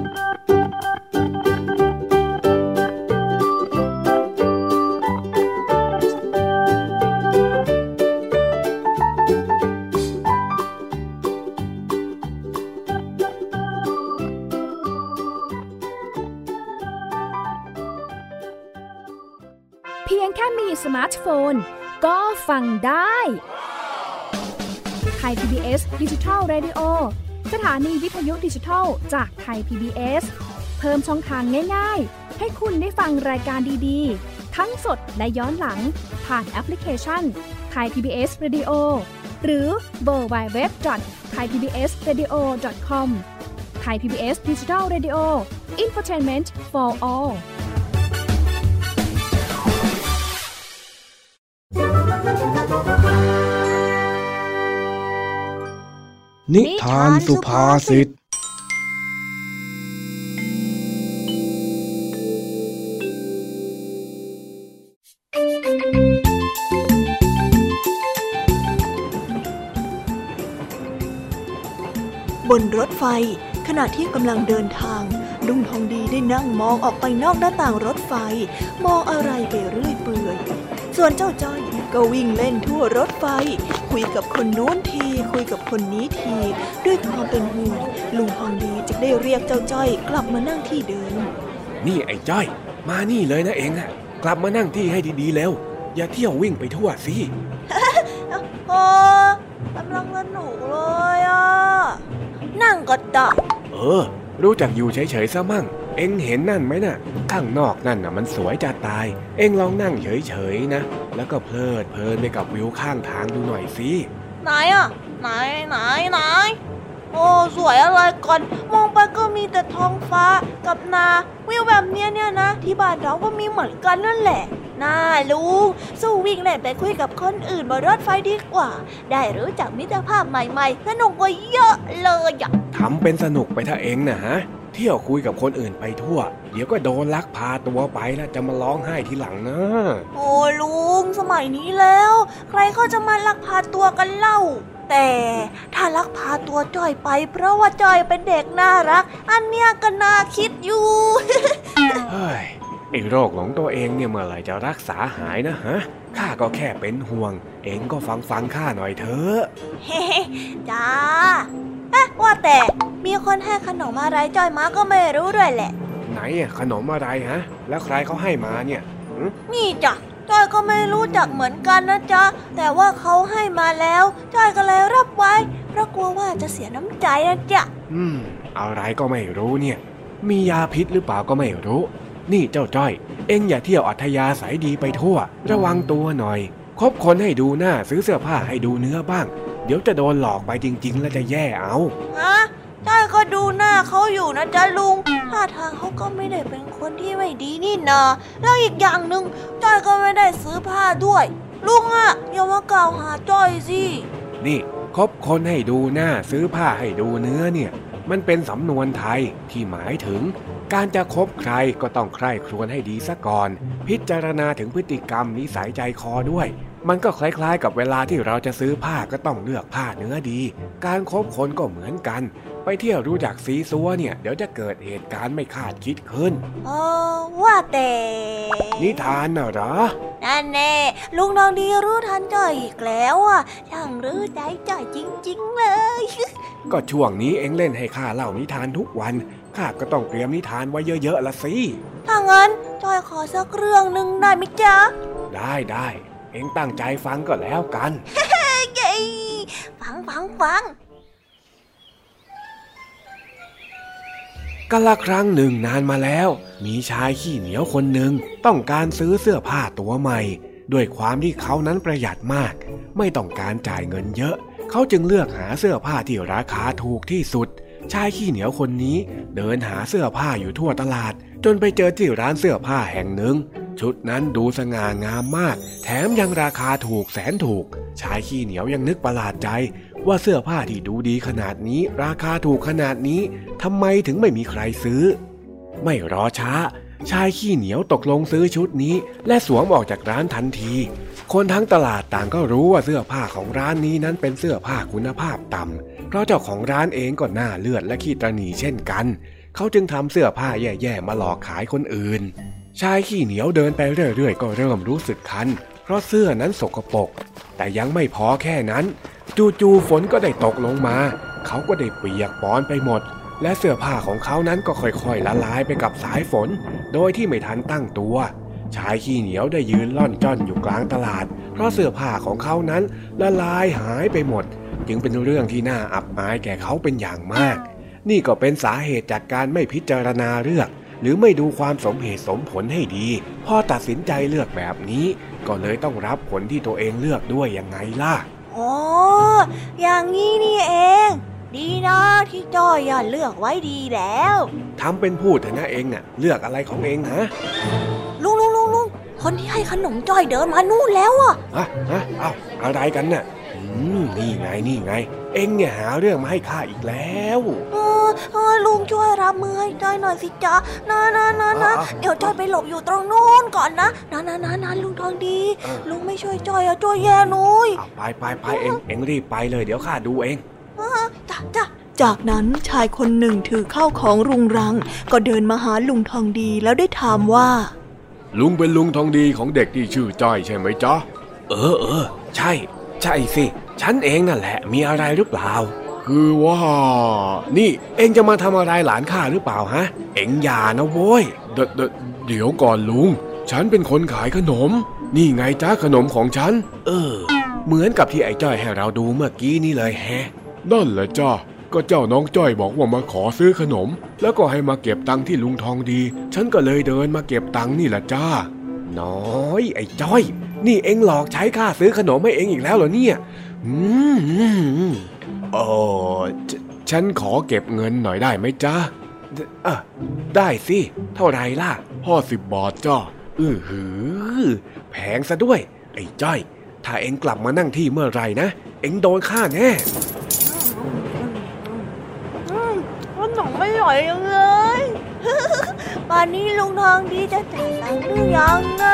เพียงแค่มีสมาร์ทโฟนก็ฟังได้ไทย PBS Digital Radio สถานีวิทยุดิจิทัลจากไทย PBS เพิ่มช่องทางง่ายๆให้คุณได้ฟังรายการดีๆทั้งสดและย้อนหลังผ่านแอปพลิเคชัน Thai PBS Radio หรือ www.thaipbsradio.com Thai PBS Digital Radio Infotainment for all นิทานสุภาษิตบนรถไฟขณะที่กำลังเดินทางลุงทองดีได้นั่งมองออกไปนอกหน้าต่างรถไฟมองอะไรไปเรื่อยเปื่อยส่วนเจ้าจ้อยก็วิ่งเล่นทั่วรถไฟคุยกับคนโน้นทีคุยกับคนนี้ทีด้วยความเป็นห่วงลุงทองดีจึงได้เรียกเจ้าจ้อยกลับมานั่งที่เดิมนี่ไอ้จ้อยมานี่เลยนะเองกลับมานั่งที่ให้ดีๆแล้วอย่าเที่ยววิ่งไปทั่วสิโอ้กำลังสนุกเลยนั่งก็ได้รู้จักอยู่เฉยๆซะมั่งเอ็งเห็นนั่นไหมน่ะข้างนอกนั่นน่ะมันสวยจะตายเอ็งลองนั่งเฉยๆนะแล้วก็เพลิดเพลินไปกับวิวข้างทางดูหน่อยสิไหนไหนโอ้สวยอะไรก่อนมองไปก็มีแต่ท้องฟ้ากับนาวิวแบบเนี้ยนะที่บ้านเราก็มีเหมือนกันนั่นแหละน่าลุงสู้วิ่งเล่นไปคุยกับคนอื่นบนรถไฟดีกว่าได้รู้จักมิตรภาพใหม่ๆสนุกกว่าเยอะเลยทำเป็นสนุกไปถ้าเองนะฮะเที่ยวคุยกับคนอื่นไปทั่วเดี๋ยวก็โดนลักพาตัวไปแล้วจะมาร้องไห้ทีหลังนะโอ้ลุงสมัยนี้แล้วใครเขาจะมาลักพาตัวกันเล่าแต่ถ้าลักพาตัวจ้อยไปเพราะว่าจ้อยเป็นเด็กน่ารักอันเนี้ยก็น่าคิดอยู่เฮ้ยไอ้โรคหลงตัวเองเนี่ยเมื่อไหร่จะรักษาหายนะฮะข้าก็แค่เป็นห่วงเองก็ฟังข้าหน่อยเถอะเฮ้จ้าว่าแต่มีคนให้ขนมอะไรจ้อยมาก็ไม่รู้ด้วยแหละไหนขนมอะไรฮะแล้วใครเขาให้มาเนี่ยนี่จ้ะจ้อยก็ไม่รู้จักเหมือนกันนะจ๊ะแต่ว่าเขาให้มาแล้วจ้อยก็เลยรับไว้เพราะกลัวว่าจะเสียน้ำใจนะจ๊ะอะไรก็ไม่รู้เนี่ยมียาพิษหรือเปล่าก็ไม่รู้นี่เจ้าจ้อยเอ็งอย่าเที่ยวอัธยาศัยดีไปทั่วระวังตัวหน่อยคบคนให้ดูหน้าซื้อเสื้อผ้าให้ดูเนื้อบ้างเดี๋ยวจะโดนหลอกไปจริงๆแล้วจะแย่เอาจ้อยก็ดูหน้าเขาอยู่นะจ๊ะลุงท่าทางเขาก็ไม่ได้เป็นคนที่ไม่ดีนี่นาแล้วอีกอย่างหนึ่งจ้อยก็ไม่ได้ซื้อผ้าด้วยลุงอย่ามากล่าวหาจ้อยสินี่คบคนให้ดูหน้าซื้อผ้าให้ดูเนื้อเนี่ยมันเป็นสำนวนไทยที่หมายถึงการจะคบใครก็ต้องใคร่ครวญให้ดีซะก่อนพิจารณาถึงพฤติกรรมนิสัยใจคอด้วยมันก็คล้ายๆกับเวลาที่เราจะซื้อผ้าก็ต้องเลือกผ้าเนื้อดีการคบคนก็เหมือนกันไปเที่ยวรู้จักซีซัวเนี่ยเดี๋ยวจะเกิดเหตุการณ์ไม่คาดคิดขึ้นว่าแต่นิทานน่ะเหรอนั่นแน่ลุงทองดีรู้ทันจ้อยอีกแล้วช่างรู้ใจจ้อยจริงๆเลยก็ช่วงนี้เอ็งเล่นให้ข้าเล่านิทานทุกวันข้าก็ต้องเตรียมนิทานไว้เยอะๆละสิถ้างั้นจ้อยขอสักเรื่องนึงได้ไหมจ๊ะได้เอ็งตั้งใจฟังก็แล้วกันเย้ฟังกาลครั้งหนึ่งนานมาแล้วมีชายขี้เหนียวคนหนึ่งต้องการซื้อเสื้อผ้าตัวใหม่ด้วยความที่เขานั้นประหยัดมากไม่ต้องการจ่ายเงินเยอะเขาจึงเลือกหาเสื้อผ้าที่ราคาถูกที่สุดชายขี้เหนียวคนนี้เดินหาเสื้อผ้าอยู่ทั่วตลาดจนไปเจอที่ร้านเสื้อผ้าแห่งหนึ่งชุดนั้นดูสง่างามมากแถมยังราคาถูกแสนถูกชายขี้เหนียวยังนึกประหลาดใจว่าเสื้อผ้าที่ดูดีขนาดนี้ราคาถูกขนาดนี้ทำไมถึงไม่มีใครซื้อไม่รอช้าชายขี้เหนียวตกลงซื้อชุดนี้และสวมออกจากร้านทันทีคนทั้งตลาดต่างก็รู้ว่าเสื้อผ้าของร้านนี้นั้นเป็นเสื้อผ้าคุณภาพต่ำเพราะเจ้าของร้านเองก็หน้าเลือดและขี้ตระหนี่เช่นกันเขาจึงทำเสื้อผ้าแย่ๆมาหลอกขายคนอื่นชายขี้เหนียวเดินไปเรื่อยๆก็เริ่มรู้สึกคันเพราะเสื้อนั้นสกปรกแต่ยังไม่พอแค่นั้นจู่ๆฝนก็ได้ตกลงมาเขาก็ได้เปียกปอนไปหมดและเสื้อผ้าของเขานั้นก็ค่อยๆละลายไปกับสายฝนโดยที่ไม่ทันตั้งตัวชายขี้เหนียวได้ยืนล่อนจ้อนอยู่กลางตลาดเพราะเสื้อผ้าของเขานั้นละลายหายไปหมดจึงเป็นเรื่องที่น่าอับอายแก่เขาเป็นอย่างมากนี่ก็เป็นสาเหตุจากการไม่พิจารณาเลือกหรือไม่ดูความสมเหตุสมผลให้ดีพอตัดสินใจเลือกแบบนี้ก็เลยต้องรับผลที่ตัวเองเลือกด้วยยังไงล่ะอ๋ออย่างนี้นี่เองดีนะที่จ้อยเลือกไว้ดีแล้วทำเป็นพูดเถอะนะเองน่ะเลือกอะไรของเองฮะลุงคนที่ให้ขนมจ้อยเดินมานู่นแล้วอ่ะเอ้าอะไรกันน่ะนี่ไงเอ็งเนี่ยหาเรื่องมาให้ข้าอีกแล้วลุงช่วยรับมือให้จ้อยหน่อยสิจ๊ะนะเดี๋ยวจ้อยไปหลบอยู่ตรงนู้นก่อนนะลุงทองดีลุงไม่ช่วยจ้อยจ้อยแย่นุ้ยไปเอ็งรีบไปเลยเดี๋ยวข้าดูเองจ้ะจากนั้นชายคนหนึ่งถือข้าวของรุงรังก็เดินมาหาลุงทองดีแล้วได้ถามว่าลุงเป็นลุงทองดีของเด็กที่ชื่อจ้อยใช่ไหมจ๊ะใช่สิฉันเองนั่นแหละมีอะไรหรือเปล่าคือว่านี่เอ็งจะมาทำอะไรหลานข้าหรือเปล่าฮะเอ็งอย่านะโว้ยเดี๋ยวก่อนลุงฉันเป็นคนขายขนมนี่ไงจ้าขนมของฉันเหมือนกับที่ไอ้จ้อยให้เราดูเมื่อกี้นี่เลยแฮะนั่นแหละจ้าก็เจ้าน้องจ้อยบอกว่ามาขอซื้อขนมแล้วก็ให้มาเก็บตังค์ที่ลุงทองดีฉันก็เลยเดินมาเก็บตังค์นี่แหละจ้าน้อยไอ้จ้อยนี่เอ็งหลอกใช้ข้าซื้อขนมให้เอ็งอีกแล้วเหรอเนี่ยฉันขอเก็บเงินหน่อยได้ไหมจ๊ะได้สิเท่าไรล่ะ50 บาทจ้าแพงซะด้วยไอ้จ้อยถ้าเอ็งกลับมานั่งที่เมื่อไรนะเอ็งโดนฆ่าแน่ขนมไม่อร่อยเลยป่านนี้ลุงทองดีจะจ่ายตังค์หรือยังอ่ะ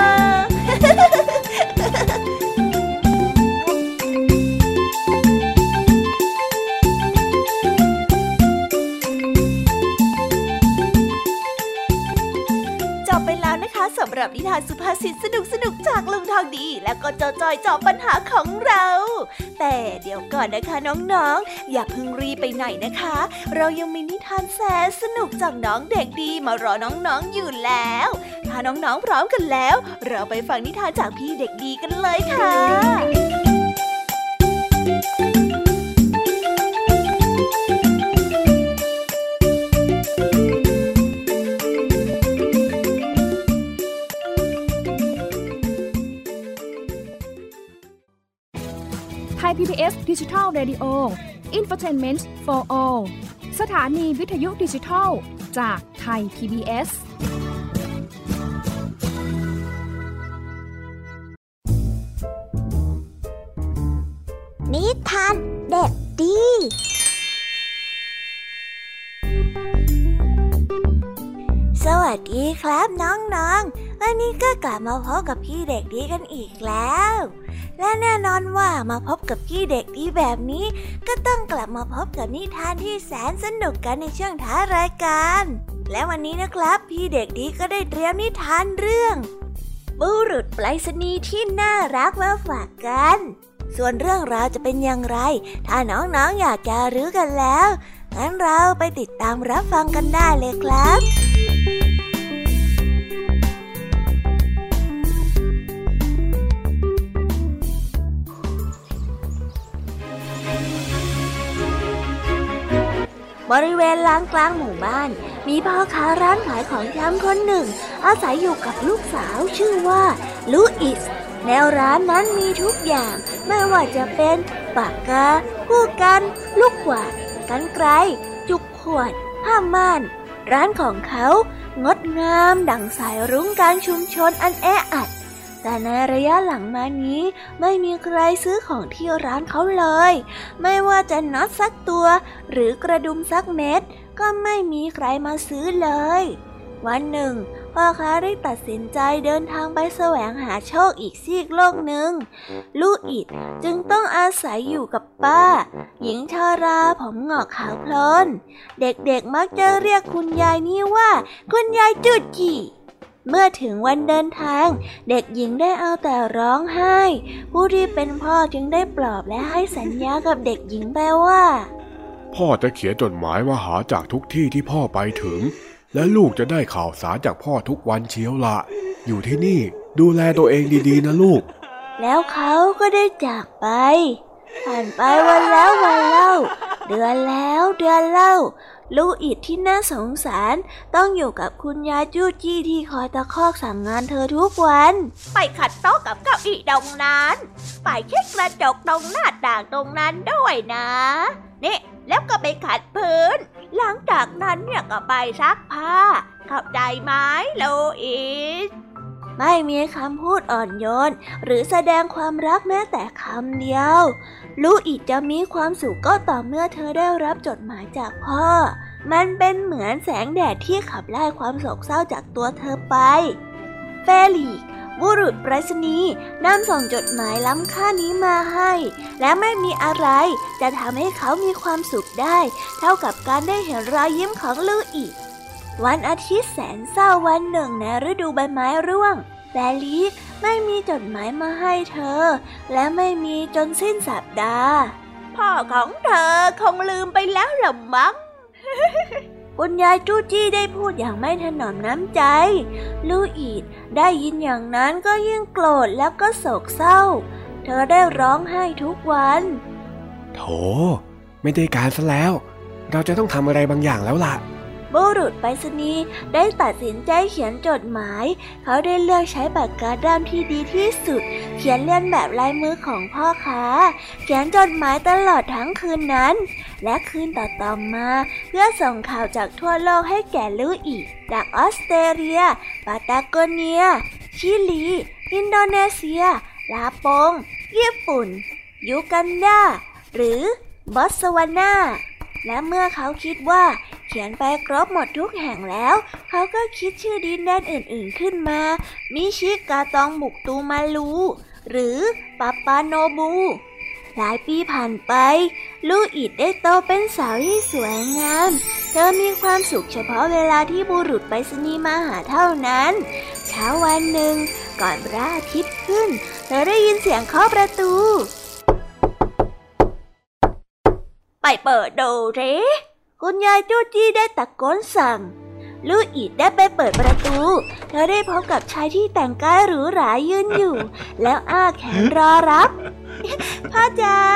สำหรับนิทานสุภาษิตสนุกจากลุงทองดีแล้วก็เจ้าจ้อยจอบปัญหาของเราแต่เดี๋ยวก่อนนะคะน้องๆอย่าเพิ่งรีบไปไหนนะคะเรายังมีนิทานแสนสนุกจากน้องเด็กดีมารอน้องๆอยู่แล้วถ้าน้องๆพร้อมกันแล้วเราไปฟังนิทานจากพี่เด็กดีกันเลยค่ะไทย PBS Digital Radio Infotainment for All สถานีวิทยุดิจิทัลจากไทย PBS นิทานเด็กดีสวัสดีครับน้องๆวันนี้ก็กลับมาพบกับพี่เด็กดีกันอีกแล้วและแน่นอนว่ามาพบกับพี่เด็กดีแบบนี้ก็ต้องกลับมาพบกับนิทานที่แสนสนุกกันในช่วงท้ายรายการและวันนี้นะครับพี่เด็กดีก็ได้เตรียมนิทานเรื่องบุรุษไปรษณีย์ที่น่ารักมาฝากกันส่วนเรื่องราวจะเป็นอย่างไรถ้าน้องๆอยากจะรู้กันแล้วงั้นเราไปติดตามรับฟังกันได้เลยครับบริเวณลานกลางหมู่บ้านมีพ่อค้าร้านขายของชำคนหนึ่งอาศัยอยู่กับลูกสาวชื่อว่าลูอิสแนวร้านนั้นมีทุกอย่างไม่ว่าจะเป็นปากกาผู้กันลูกกวาดกรรไกรจุกขวดผ้าม่านร้านของเขางดงามดั่งสายรุ้งกลางชุมชนอันแออัดแต่ในระยะหลังมานี้ไม่มีใครซื้อของที่ร้านเขาเลยไม่ว่าจะน็อตสักตัวหรือกระดุมสักเม็ดก็ไม่มีใครมาซื้อเลยวันหนึ่งพ่อค้าได้ตัดสินใจเดินทางไปแสวงหาโชคอีกซีกโลกหนึ่งลูอิดจึงต้องอาศัยอยู่กับป้าหญิงชราผมงอกขาวโพลนเด็กๆมักจะเรียกคุณยายนี้ว่าคุณยายจูจีเมื่อถึงวันเดินทางเด็กหญิงได้เอาแต่ร้องไห้ผู้ที่เป็นพ่อจึงได้ปลอบและให้สัญญากับเด็กหญิงไปว่าพ่อจะเขียนจดหมายมาหาจากทุกที่ที่พ่อไปถึงและลูกจะได้ข่าวสารจากพ่อทุกวันเชียวละอยู่ที่นี่ดูแลตัวเองดีๆนะลูกแล้วเขาก็ได้จากไปผ่านไปวันแล้ววันเล่าเดือนแล้วเดือนเล่าลูอิดที่น่าสงสารต้องอยู่กับคุณยายจู้จี้ที่คอยตะคอกสั่งงานเธอทุกวันไปขัดโต๊ะกับเก้าอี้ตรงนั้นไปเช็ดกระจกตรงหน้าต่างตรงนั้นด้วยนะนี่แล้วก็ไปขัดพื้นหลังจากนั้นเนี่ยก็ไปซักผ้าเข้าใจไหมลูอิดไม่มีคำพูดอ่อนโยนหรือแสดงความรักแม้แต่คำเดียวลูอิดจะมีความสุขก็ต่อเมื่อเธอได้รับจดหมายจากพ่อมันเป็นเหมือนแสงแดดที่ขับไล่ความโศกเศร้าจากตัวเธอไปเฟลิกซ์บุรุษไปรษณีย์นำส่งจดหมายล้ำค่านี้มาให้และไม่มีอะไรจะทำให้เขามีความสุขได้เท่ากับการได้เห็นรอยยิ้มของลูอิดวันอาทิตย์แสนเศร้าวันหนึ่งในฤดูใบไม้ร่วงเฟลิกซ์ไม่มีจดหมายมาให้เธอและไม่มีจนสิ้นสัปดาห์พ่อของเธอคงลืมไปแล้วหรือมั้ง คุณยายจู้จี้ได้พูดอย่างไม่ถนอมน้ำใจลูอิดได้ยินอย่างนั้นก็ยิ่งโกรธแล้วก็โศกเศร้าเธอได้ร้องไห้ทุกวันโธ่ไม่ได้การซะแล้วเราจะต้องทำอะไรบางอย่างแล้วล่ะบุรุษไปรษณีย์ได้ตัดสินใจเขียนจดหมายเขาได้เลือกใช้ปากกาด้ามที่ดีที่สุดเขียนเลียนแบบลายมือของพ่อค้าเขียนจดหมายตลอดทั้งคืนนั้นและคืนต่อๆมาเพื่อส่งข่าวจากทั่วโลกให้แก่ลูอิดจากออสเตรเลียปาตาโกเนียชิลีอินโดนีเซียลาโปงญี่ปุ่นยูกันดาหรือบอตสวานาและเมื่อเขาคิดว่าเขียนไปครบหมดทุกแห่งแล้วเขาก็คิดชื่อดินแดนอื่นๆขึ้นมามิชิกาตองบุกตูมาลูหรือปาปาโนบูหลายปีผ่านไปลูอิดได้โตเป็นสาวที่สวยงามเธอมีความสุขเฉพาะเวลาที่บุรุษไปรษณีย์มาหาเท่านั้นเช้าวันหนึ่งก่อนพระอาทิตย์ขึ้นเธอได้ยินเสียงเคาะประตูไปเปิดดูสิคุณยายจู้จี้ได้ตะโกนสั่งลูอิดได้ไปเปิดประตูเธอได้พบกับชายที่แต่งกายหรูหรายืนอยู่แล้วอ้าแขนรอรับพ่อจ๋า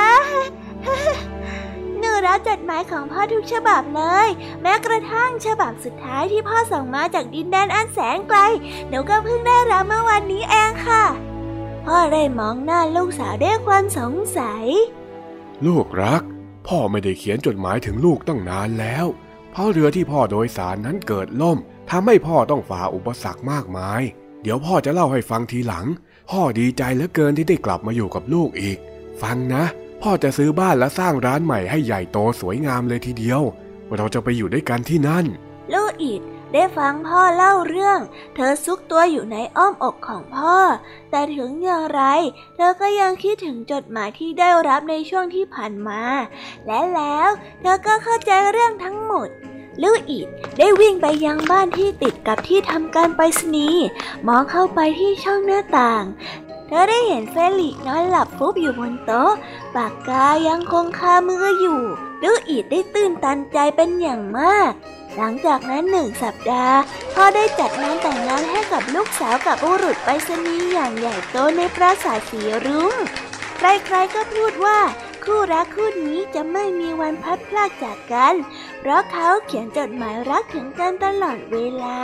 หนูรับจดหมายของพ่อทุกฉบับเลยแม้กระทั่งฉบับสุดท้ายที่พ่อส่งมาจากดินแดนอันแสนไกลหนูก็เพิ่งได้รับเมื่อวันนี้เองค่ะพ่อได้มองหน้าลูกสาวด้วยความสงสัยลูกรักพ่อไม่ได้เขียนจดหมายถึงลูกตั้งนานแล้วเพราะเรือที่พ่อโดยสารนั้นเกิดล่มทำให้พ่อต้องฝ่าอุปสรรคมากมายเดี๋ยวพ่อจะเล่าให้ฟังทีหลังพ่อดีใจเหลือเกินที่ได้กลับมาอยู่กับลูกอีกฟังนะพ่อจะซื้อบ้านและสร้างร้านใหม่ให้ใหญ่โตสวยงามเลยทีเดียวเราจะไปอยู่ด้วยกันที่นั่นลูอิดได้ฟังพ่อเล่าเรื่องเธอซุกตัวอยู่ในอ้อมอกของพ่อแต่ถึงอย่างไรเธอก็ยังคิดถึงจดหมายที่ได้รับในช่วงที่ผ่านมาและแล้วเธอก็เข้าใจเรื่องทั้งหมดลูอิดได้วิ่งไปยังบ้านที่ติดกับที่ทำการไปรษณีย์มองเข้าไปที่ช่องหน้าต่างเธอได้เห็นเฟลิกซ์นอนหลับฟุบอยู่บนโต๊ะปากกายังคงคามืออยู่ลูอิดได้ตื่นตันใจเป็นอย่างมากหลังจากนั้น1 สัปดาห์พ่อได้จัดงานแต่งงานให้กับลูกสาวกับบุรุษไปรษณีย์อย่างใหญ่โตในปราสาทสีรุ้งใครๆก็พูดว่าคู่รักคู่นี้จะไม่มีวันพลัดพรากจากกันเพราะเขาเขียนจดหมายรักถึงกันตลอดเวลา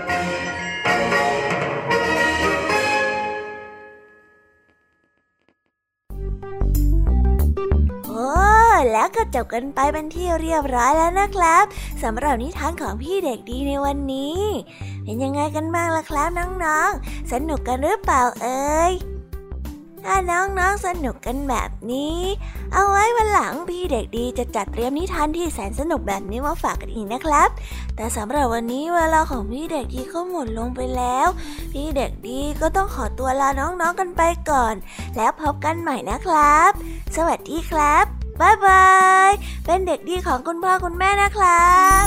แล้วก็จบกันไปเป็นที่เรียบร้อยแล้วนะครับสำหรับนิทานของพี่เด็กดีในวันนี้เป็นยังไงกันบ้างล่ะครับน้องๆสนุกกันหรือเปล่าเอ่ยถ้าน้องๆสนุกกันแบบนี้เอาไว้วันหลังพี่เด็กดีจะจัดเตรียมนิทานที่แสนสนุกแบบนี้มาฝากกันอีกนะครับแต่สำหรับวันนี้เวลาของพี่เด็กดีก็หมดลงไปแล้วพี่เด็กดีก็ต้องขอตัวลาน้องๆกันไปก่อนแล้วพบกันใหม่นะครับสวัสดีครับบ๊ายบายเป็นเด็กดีของคุณพ่อคุณแม่นะครับ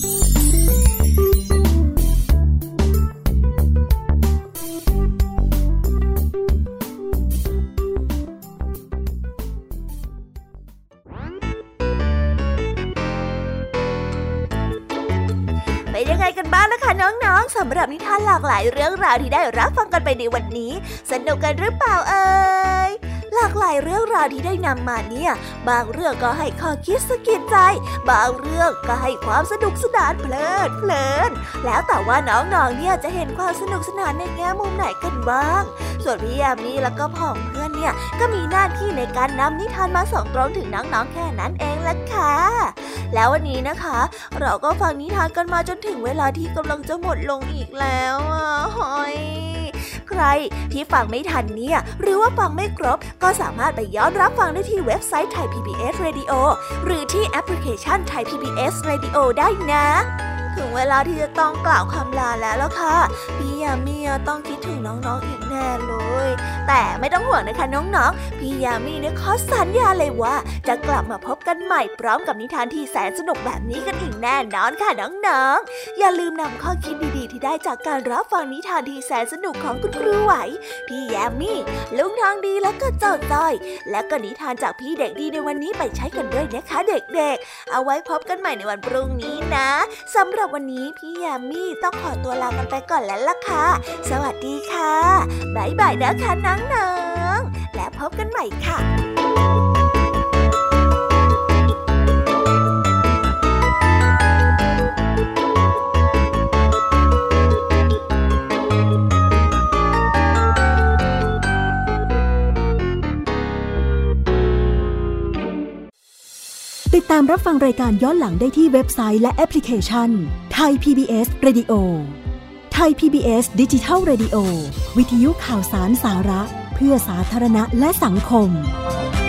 เป็นยังไงกันบ้างล่ะคะน้องๆสำหรับนิทานหลากหลายเรื่องราวที่ได้รับฟังกันไปในวันนี้สนุกกันหรือเปล่าเอ่ยหลากหลายเรื่องราวที่ได้นำมาเนี่ยบางเรื่องก็ให้ข้อคิดสะกิดใจบางเรื่องก็ให้ความสนุกสนานเพลิดแล้วแต่ว่าน้องๆเนี่ยจะเห็นความสนุกสนานในแง่มุมไหนกันบ้างส่วนพี่ยามีแล้วก็พ่องเพื่อนเนี่ยก็มีหน้าที่ในการนำนิทานมาส่งตรงถึงน้องๆแค่นั้นเองล่ะค่ะแล้ววันนี้นะคะเราก็ฟังนิทานกันมาจนถึงเวลาที่กำลังจะหมดลงอีกแล้วหอยใครที่ฟังไม่ทันเนี่ยหรือว่าฟังไม่ครบก็สามารถไปย้อนรับฟังได้ที่เว็บไซต์ Thai PBS Radio หรือที่แอปพลิเคชัน Thai PBS Radio ได้นะถึงเวลาที่จะต้องกล่าวคำลาแล้วล่ะค่ะพี่ยามีต้องคิดถึงน้องๆอีกแน่เลยแต่ไม่ต้องห่วงนะคะน้องๆพี่ยามีเนี่ยขอสัญญาเลยว่าจะกลับมาพบกันใหม่พร้อมกับนิทานที่แสนสนุกแบบนี้กันอีกแน่นอนค่ะน้องๆอย่าลืมนำข้อคิดดีๆที่ได้จากการรับฟังนิทานที่แสนสนุกของคุณครูไหวพี่ยามีลุงทองดีแล้วก็เจ้าจ้อยและก็นิทานจากพี่เด็กดีในวันนี้ไปใช้กันด้วยนะคะเด็กๆเอาไว้พบกันใหม่ในวันพรุ่งนี้นะสำหรับวันนี้พี่ยามีต้องขอตัวลากันไปก่อนแล้วล่ะค่ะสวัสดีค่ะบ๊ายบายนะคะน้องๆและพบกันใหม่ค่ะติดตามรับฟังรายการย้อนหลังได้ที่เว็บไซต์และแอปพลิเคชัน Thai PBS Radio Thai PBS Digital Radio วิทยุข่าวสารสาระเพื่อสาธารณะและสังคม